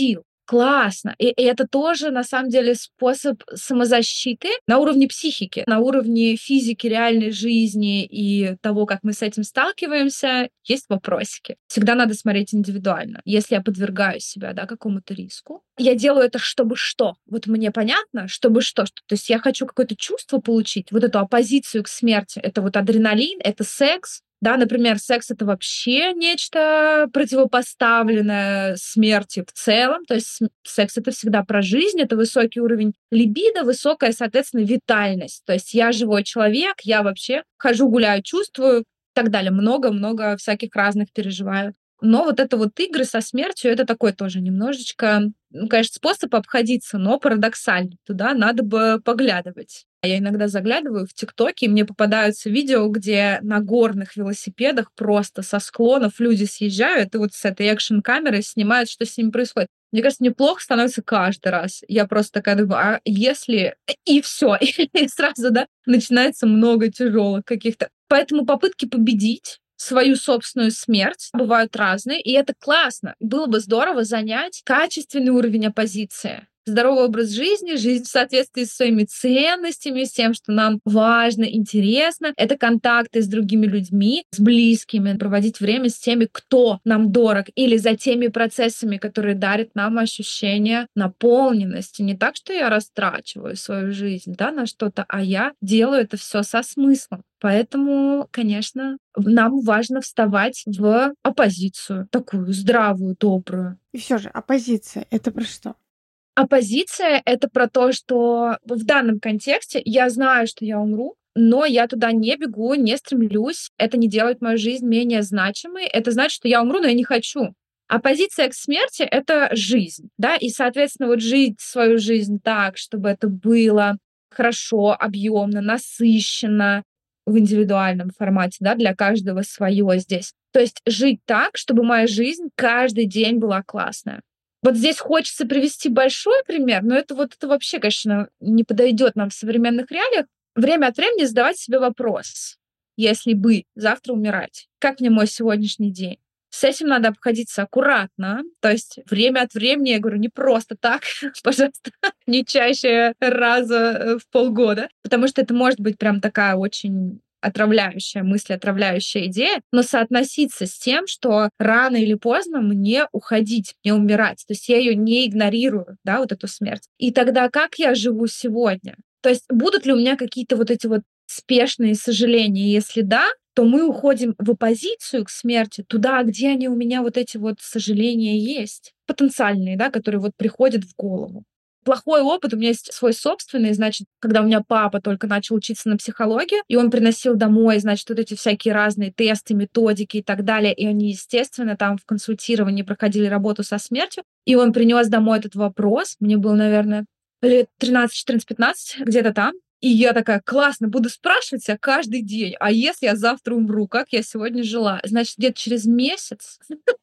классно. И, и это тоже, на самом деле, способ самозащиты на уровне психики, на уровне физики реальной жизни и того, как мы с этим сталкиваемся, есть вопросики. Всегда надо смотреть индивидуально. Если я подвергаю себя, да, какому-то риску, я делаю это чтобы что? Вот мне понятно, чтобы что? Что- То есть я хочу какое-то чувство получить, вот эту оппозицию к смерти. Это вот адреналин, это секс, да, например, секс — это вообще нечто противопоставленное смерти в целом. То есть см- секс — это всегда про жизнь, это высокий уровень либидо, высокая, соответственно, витальность. То есть я живой человек, я вообще хожу, гуляю, чувствую и так далее. Много-много всяких разных переживаю. Но вот это вот игры со смертью — это такой тоже немножечко, ну, конечно, способ обходиться, но парадоксальный. Туда надо бы поглядывать. Я иногда заглядываю в ТикТоке, и мне попадаются видео, где на горных велосипедах просто со склонов люди съезжают и вот с этой экшн-камерой снимают, что с ними происходит. Мне кажется, неплохо становится каждый раз. Я просто такая думаю, а если... И все, и сразу, да, начинается много тяжелых каких-то. Поэтому попытки победить свою собственную смерть бывают разные, и это классно. Было бы здорово занять качественный уровень оппозиции. Здоровый образ жизни, жизнь в соответствии с своими ценностями, с тем, что нам важно, интересно. Это контакты с другими людьми, с близкими, проводить время с теми, кто нам дорог, или за теми процессами, которые дарят нам ощущение наполненности. Не так, что я растрачиваю свою жизнь, да, на что-то, а я делаю это все со смыслом. Поэтому, конечно, нам важно вставать в оппозицию, такую здравую, добрую. И все же, оппозиция — это про что? Оппозиция — это про то, что в данном контексте я знаю, что я умру, но я туда не бегу, не стремлюсь. Это не делает мою жизнь менее значимой. Это значит, что я умру, но я не хочу. Оппозиция к смерти — это жизнь, да, и, соответственно, вот жить свою жизнь так, чтобы это было хорошо, объемно, насыщенно в индивидуальном формате, да, для каждого свое здесь. То есть жить так, чтобы моя жизнь каждый день была классная. Вот здесь хочется привести большой пример, но это вот это вообще, конечно, не подойдет нам в современных реалиях. Время от времени задавать себе вопрос: если бы завтра умирать, как мне мой сегодняшний день? С этим надо обходиться аккуратно. То есть время от времени, я говорю, не просто так, пожалуйста, не чаще раза э, в полгода, потому что это может быть прям такая очень отравляющая мысль, отравляющая идея, но соотноситься с тем, что рано или поздно мне уходить, мне умирать. То есть я ее не игнорирую, да, вот эту смерть. И тогда как я живу сегодня? То есть будут ли у меня какие-то вот эти вот спешные сожаления? Если да, то мы уходим в оппозицию к смерти, туда, где они у меня вот эти вот сожаления есть, потенциальные, да, которые вот приходят в голову. Плохой опыт у меня есть свой собственный, значит, когда у меня папа только начал учиться на психологию, и он приносил домой, значит, вот эти всякие разные тесты, методики и так далее, и они, естественно, там в консультировании проходили работу со смертью, и он принес домой этот вопрос, мне было, наверное, лет тринадцать, четырнадцать, пятнадцать, где-то там, и я такая: классно, буду спрашивать себя каждый день, а если я завтра умру, как я сегодня жила? Значит, где-то через месяц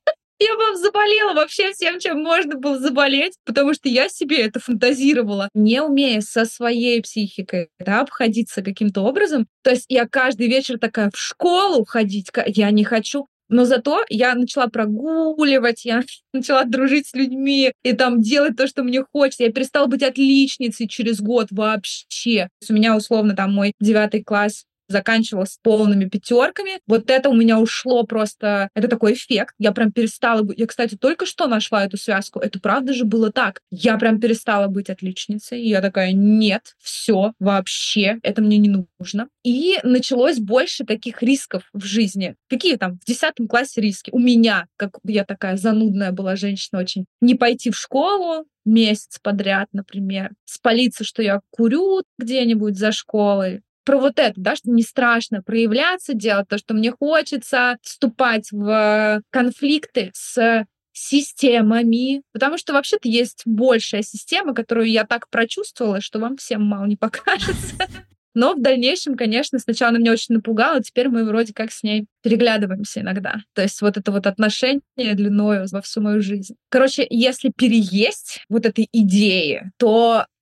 я вам заболела вообще всем, чем можно было заболеть, потому что я себе это фантазировала, не умея со своей психикой, да, обходиться каким-то образом. То есть я каждый вечер такая: в школу ходить ка- я не хочу. Но зато я начала прогуливать, я начала дружить с людьми и там делать то, что мне хочется. Я перестала быть отличницей через год вообще. То есть у меня условно там мой девятый класс заканчивалась полными пятерками. Вот это у меня ушло просто... Это такой эффект. Я прям перестала быть... Я, кстати, только что нашла эту связку. Это правда же было так. Я прям перестала быть отличницей. И я такая: нет, все, вообще, это мне не нужно. И началось больше таких рисков в жизни. Какие там в десятом классе риски? У меня, как я такая занудная была женщина очень, не пойти в школу месяц подряд, например, спалиться, что я курю где-нибудь за школой. Про вот это, да, что не страшно проявляться, делать то, что мне хочется, вступать в конфликты с системами, потому что вообще-то есть большая система, которую я так прочувствовала, что вам всем мало не покажется. Но в дальнейшем, конечно, сначала она меня очень напугала, теперь мы вроде как с ней переглядываемся иногда. То есть вот это вот отношение длиною во всю мою жизнь. Короче, если переесть вот этой идеи, то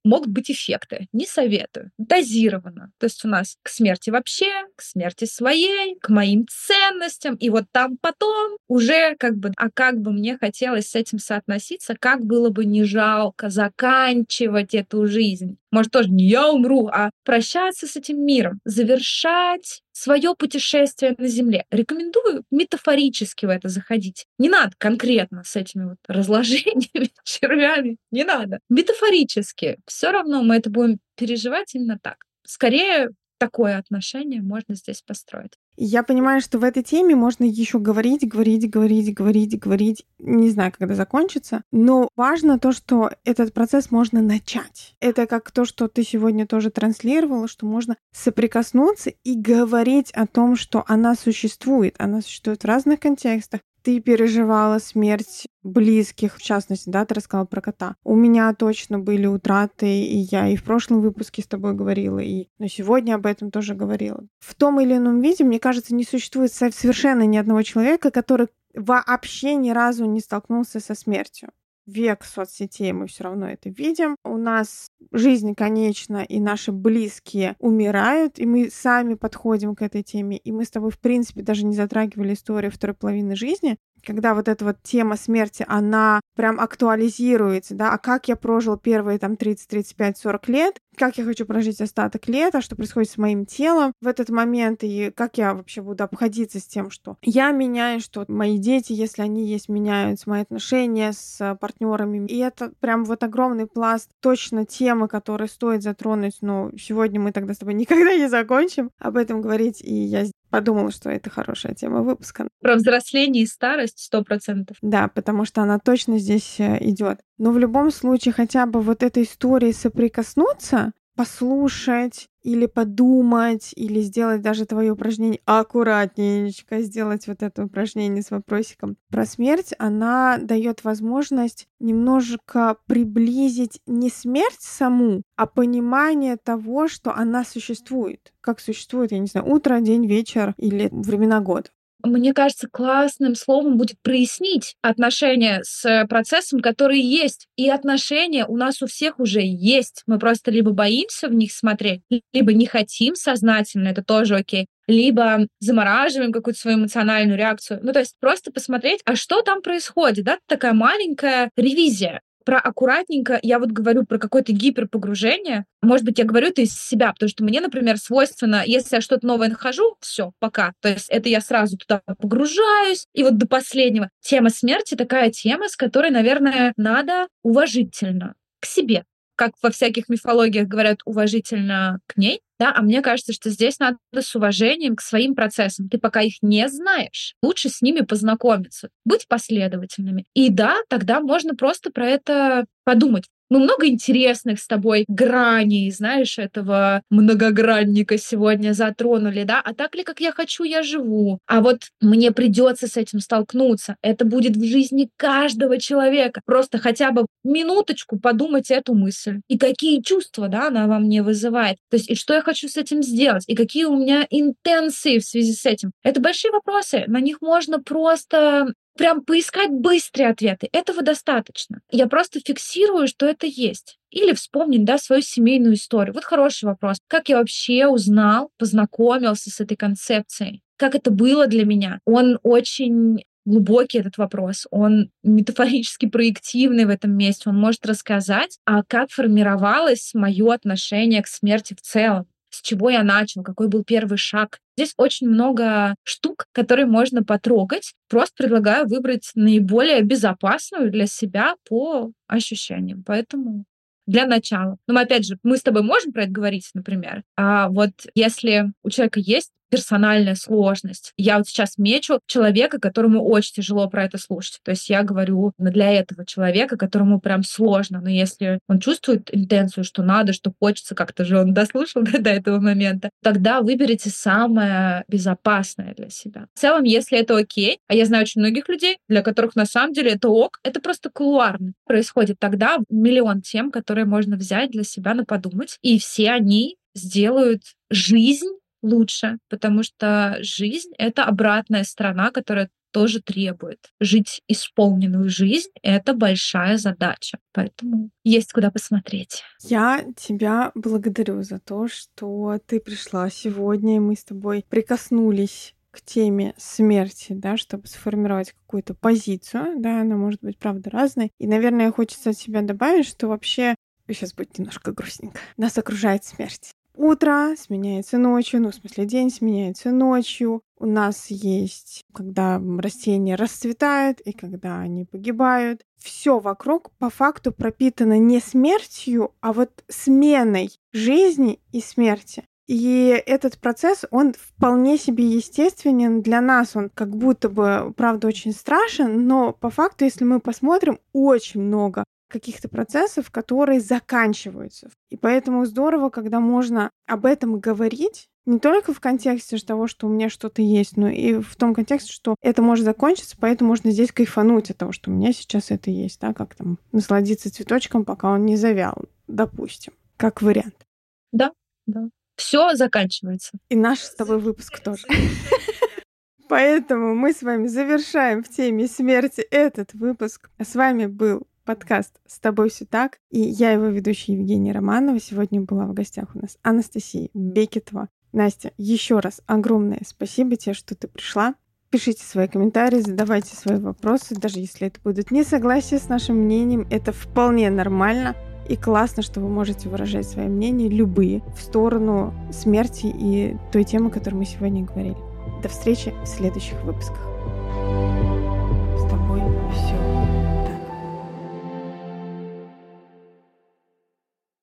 могут быть эффекты. Не советую. Дозированно. То есть у нас к смерти вообще, к смерти своей, к моим ценностям. И вот там потом уже как бы, а как бы мне хотелось с этим соотноситься, как было бы не жалко заканчивать эту жизнь. Может, тоже не я умру, а прощаться с этим миром, завершать свое путешествие на Земле. Рекомендую метафорически в это заходить. Не надо конкретно с этими вот разложениями, червями. Не надо. Метафорически. Все равно мы это будем переживать именно так. Скорее, такое отношение можно здесь построить. Я понимаю, что в этой теме можно еще говорить, говорить, говорить, говорить, говорить. Не знаю, когда закончится. Но важно то, что этот процесс можно начать. Это как то, что ты сегодня тоже транслировала, что можно соприкоснуться и говорить о том, что она существует. Она существует в разных контекстах. Ты переживала смерть близких, в частности, да, ты рассказала про кота. У меня точно были утраты, и я и в прошлом выпуске с тобой говорила, и но сегодня об этом тоже говорила. В том или ином виде, мне кажется, не существует совершенно ни одного человека, который вообще ни разу не столкнулся со смертью. Век соцсетей мы все равно это видим. У нас жизнь конечна, и наши близкие умирают, и мы сами подходим к этой теме. И мы с тобой, в принципе, даже не затрагивали историю второй половины жизни, когда вот эта вот тема смерти, она прям актуализируется, да, а как я прожил первые там тридцать, тридцать пять, сорок лет, как я хочу прожить остаток лет, а что происходит с моим телом в этот момент, и как я вообще буду обходиться с тем, что я меняю, что мои дети, если они есть, меняются, мои отношения с партнерами. И это прям вот огромный пласт точно темы, которые стоит затронуть, но сегодня мы тогда с тобой никогда не закончим об этом говорить, и я подумала, что это хорошая тема выпуска. Про взросление и старость сто процентов. Да, потому что она точно здесь идет. Но в любом случае хотя бы вот этой истории соприкоснуться, послушать или подумать, или сделать даже твое упражнение аккуратненько, сделать вот это упражнение с вопросиком про смерть, она дает возможность немножко приблизить не смерть саму, а понимание того, что она существует. Как существует, я не знаю, утро, день, вечер или времена года. Мне кажется, классным словом будет прояснить отношения с процессом, который есть. И отношения у нас у всех уже есть. Мы просто либо боимся в них смотреть, либо не хотим сознательно, это тоже окей, либо замораживаем какую-то свою эмоциональную реакцию. Ну, то есть просто посмотреть, а что там происходит, да? Такая маленькая ревизия. Про аккуратненько я вот говорю про какое-то гиперпогружение. Может быть, я говорю это из себя, потому что мне, например, свойственно, если я что-то новое нахожу, все, пока. То есть это я сразу туда погружаюсь, и вот до последнего. Тема смерти такая тема, с которой, наверное, надо уважительно к себе. Как во всяких мифологиях говорят, уважительно к ней. Да, а мне кажется, что здесь надо с уважением к своим процессам. Ты пока их не знаешь, лучше с ними познакомиться, быть последовательными. И да, тогда можно просто про это подумать. Мы много интересных с тобой граней, знаешь, этого многогранника сегодня затронули, да? А так ли, как я хочу, я живу? А вот мне придется с этим столкнуться. Это будет в жизни каждого человека. Просто хотя бы минуточку подумать эту мысль. И какие чувства, да, она во мне вызывает. То есть, и что я хочу с этим сделать? И какие у меня интенции в связи с этим? Это большие вопросы. На них можно просто прям поискать быстрые ответы. Этого достаточно. Я просто фиксирую, что это есть. Или вспомнить, да, свою семейную историю. Вот хороший вопрос. Как я вообще узнал, познакомился с этой концепцией? Как это было для меня? Он очень глубокий, этот вопрос. Он метафорически проективный в этом месте. Он может рассказать, а как формировалось мое отношение к смерти в целом. С чего я начал, какой был первый шаг. Здесь очень много штук, которые можно потрогать. Просто предлагаю выбрать наиболее безопасную для себя по ощущениям. Поэтому для начала. Но опять же, мы с тобой можем про это говорить, например. А вот если у человека есть персональная сложность. Я вот сейчас мечу человека, которому очень тяжело про это слушать. То есть я говорю для этого человека, которому прям сложно. Но если он чувствует интенцию, что надо, что хочется, как-то же он дослушал до этого момента, тогда выберите самое безопасное для себя. В целом, если это окей, а я знаю очень многих людей, для которых на самом деле это ок, это просто кулуарно происходит, тогда миллион тем, которые можно взять для себя на подумать, и все они сделают жизнь лучше, потому что жизнь — это обратная сторона, которая тоже требует. Жить исполненную жизнь — это большая задача, поэтому есть куда посмотреть. Я тебя благодарю за то, что ты пришла сегодня, и мы с тобой прикоснулись к теме смерти, да, чтобы сформировать какую-то позицию, да, она может быть, правда, разной. И, наверное, хочется от себя добавить, что вообще, сейчас будет немножко грустненько, нас окружает смерть. Утро сменяется ночью, ну, в смысле, день сменяется ночью. У нас есть, когда растения расцветают и когда они погибают. Все вокруг по факту пропитано не смертью, а вот сменой жизни и смерти. И этот процесс, он вполне себе естественен для нас. Он как будто бы, правда, очень страшен, но по факту, если мы посмотрим, очень много каких-то процессов, которые заканчиваются. И поэтому здорово, когда можно об этом говорить, не только в контексте того, что у меня что-то есть, но и в том контексте, что это может закончиться, поэтому можно здесь кайфануть от того, что у меня сейчас это есть, да, как там насладиться цветочком, пока он не завял, допустим, как вариант. Да, да. Все заканчивается. И наш с тобой выпуск тоже. Поэтому мы с вами завершаем в теме смерти этот выпуск. А с вами был подкаст «С тобой все так». И я его ведущая Евгения Романова. Сегодня была в гостях у нас Анастасия Бекетова. Настя, еще раз огромное спасибо тебе, что ты пришла. Пишите свои комментарии, задавайте свои вопросы. Даже если это будут несогласия с нашим мнением, это вполне нормально. И классно, что вы можете выражать свои мнения, любые, в сторону смерти и той темы, о которой мы сегодня говорили. До встречи в следующих выпусках. С тобой все.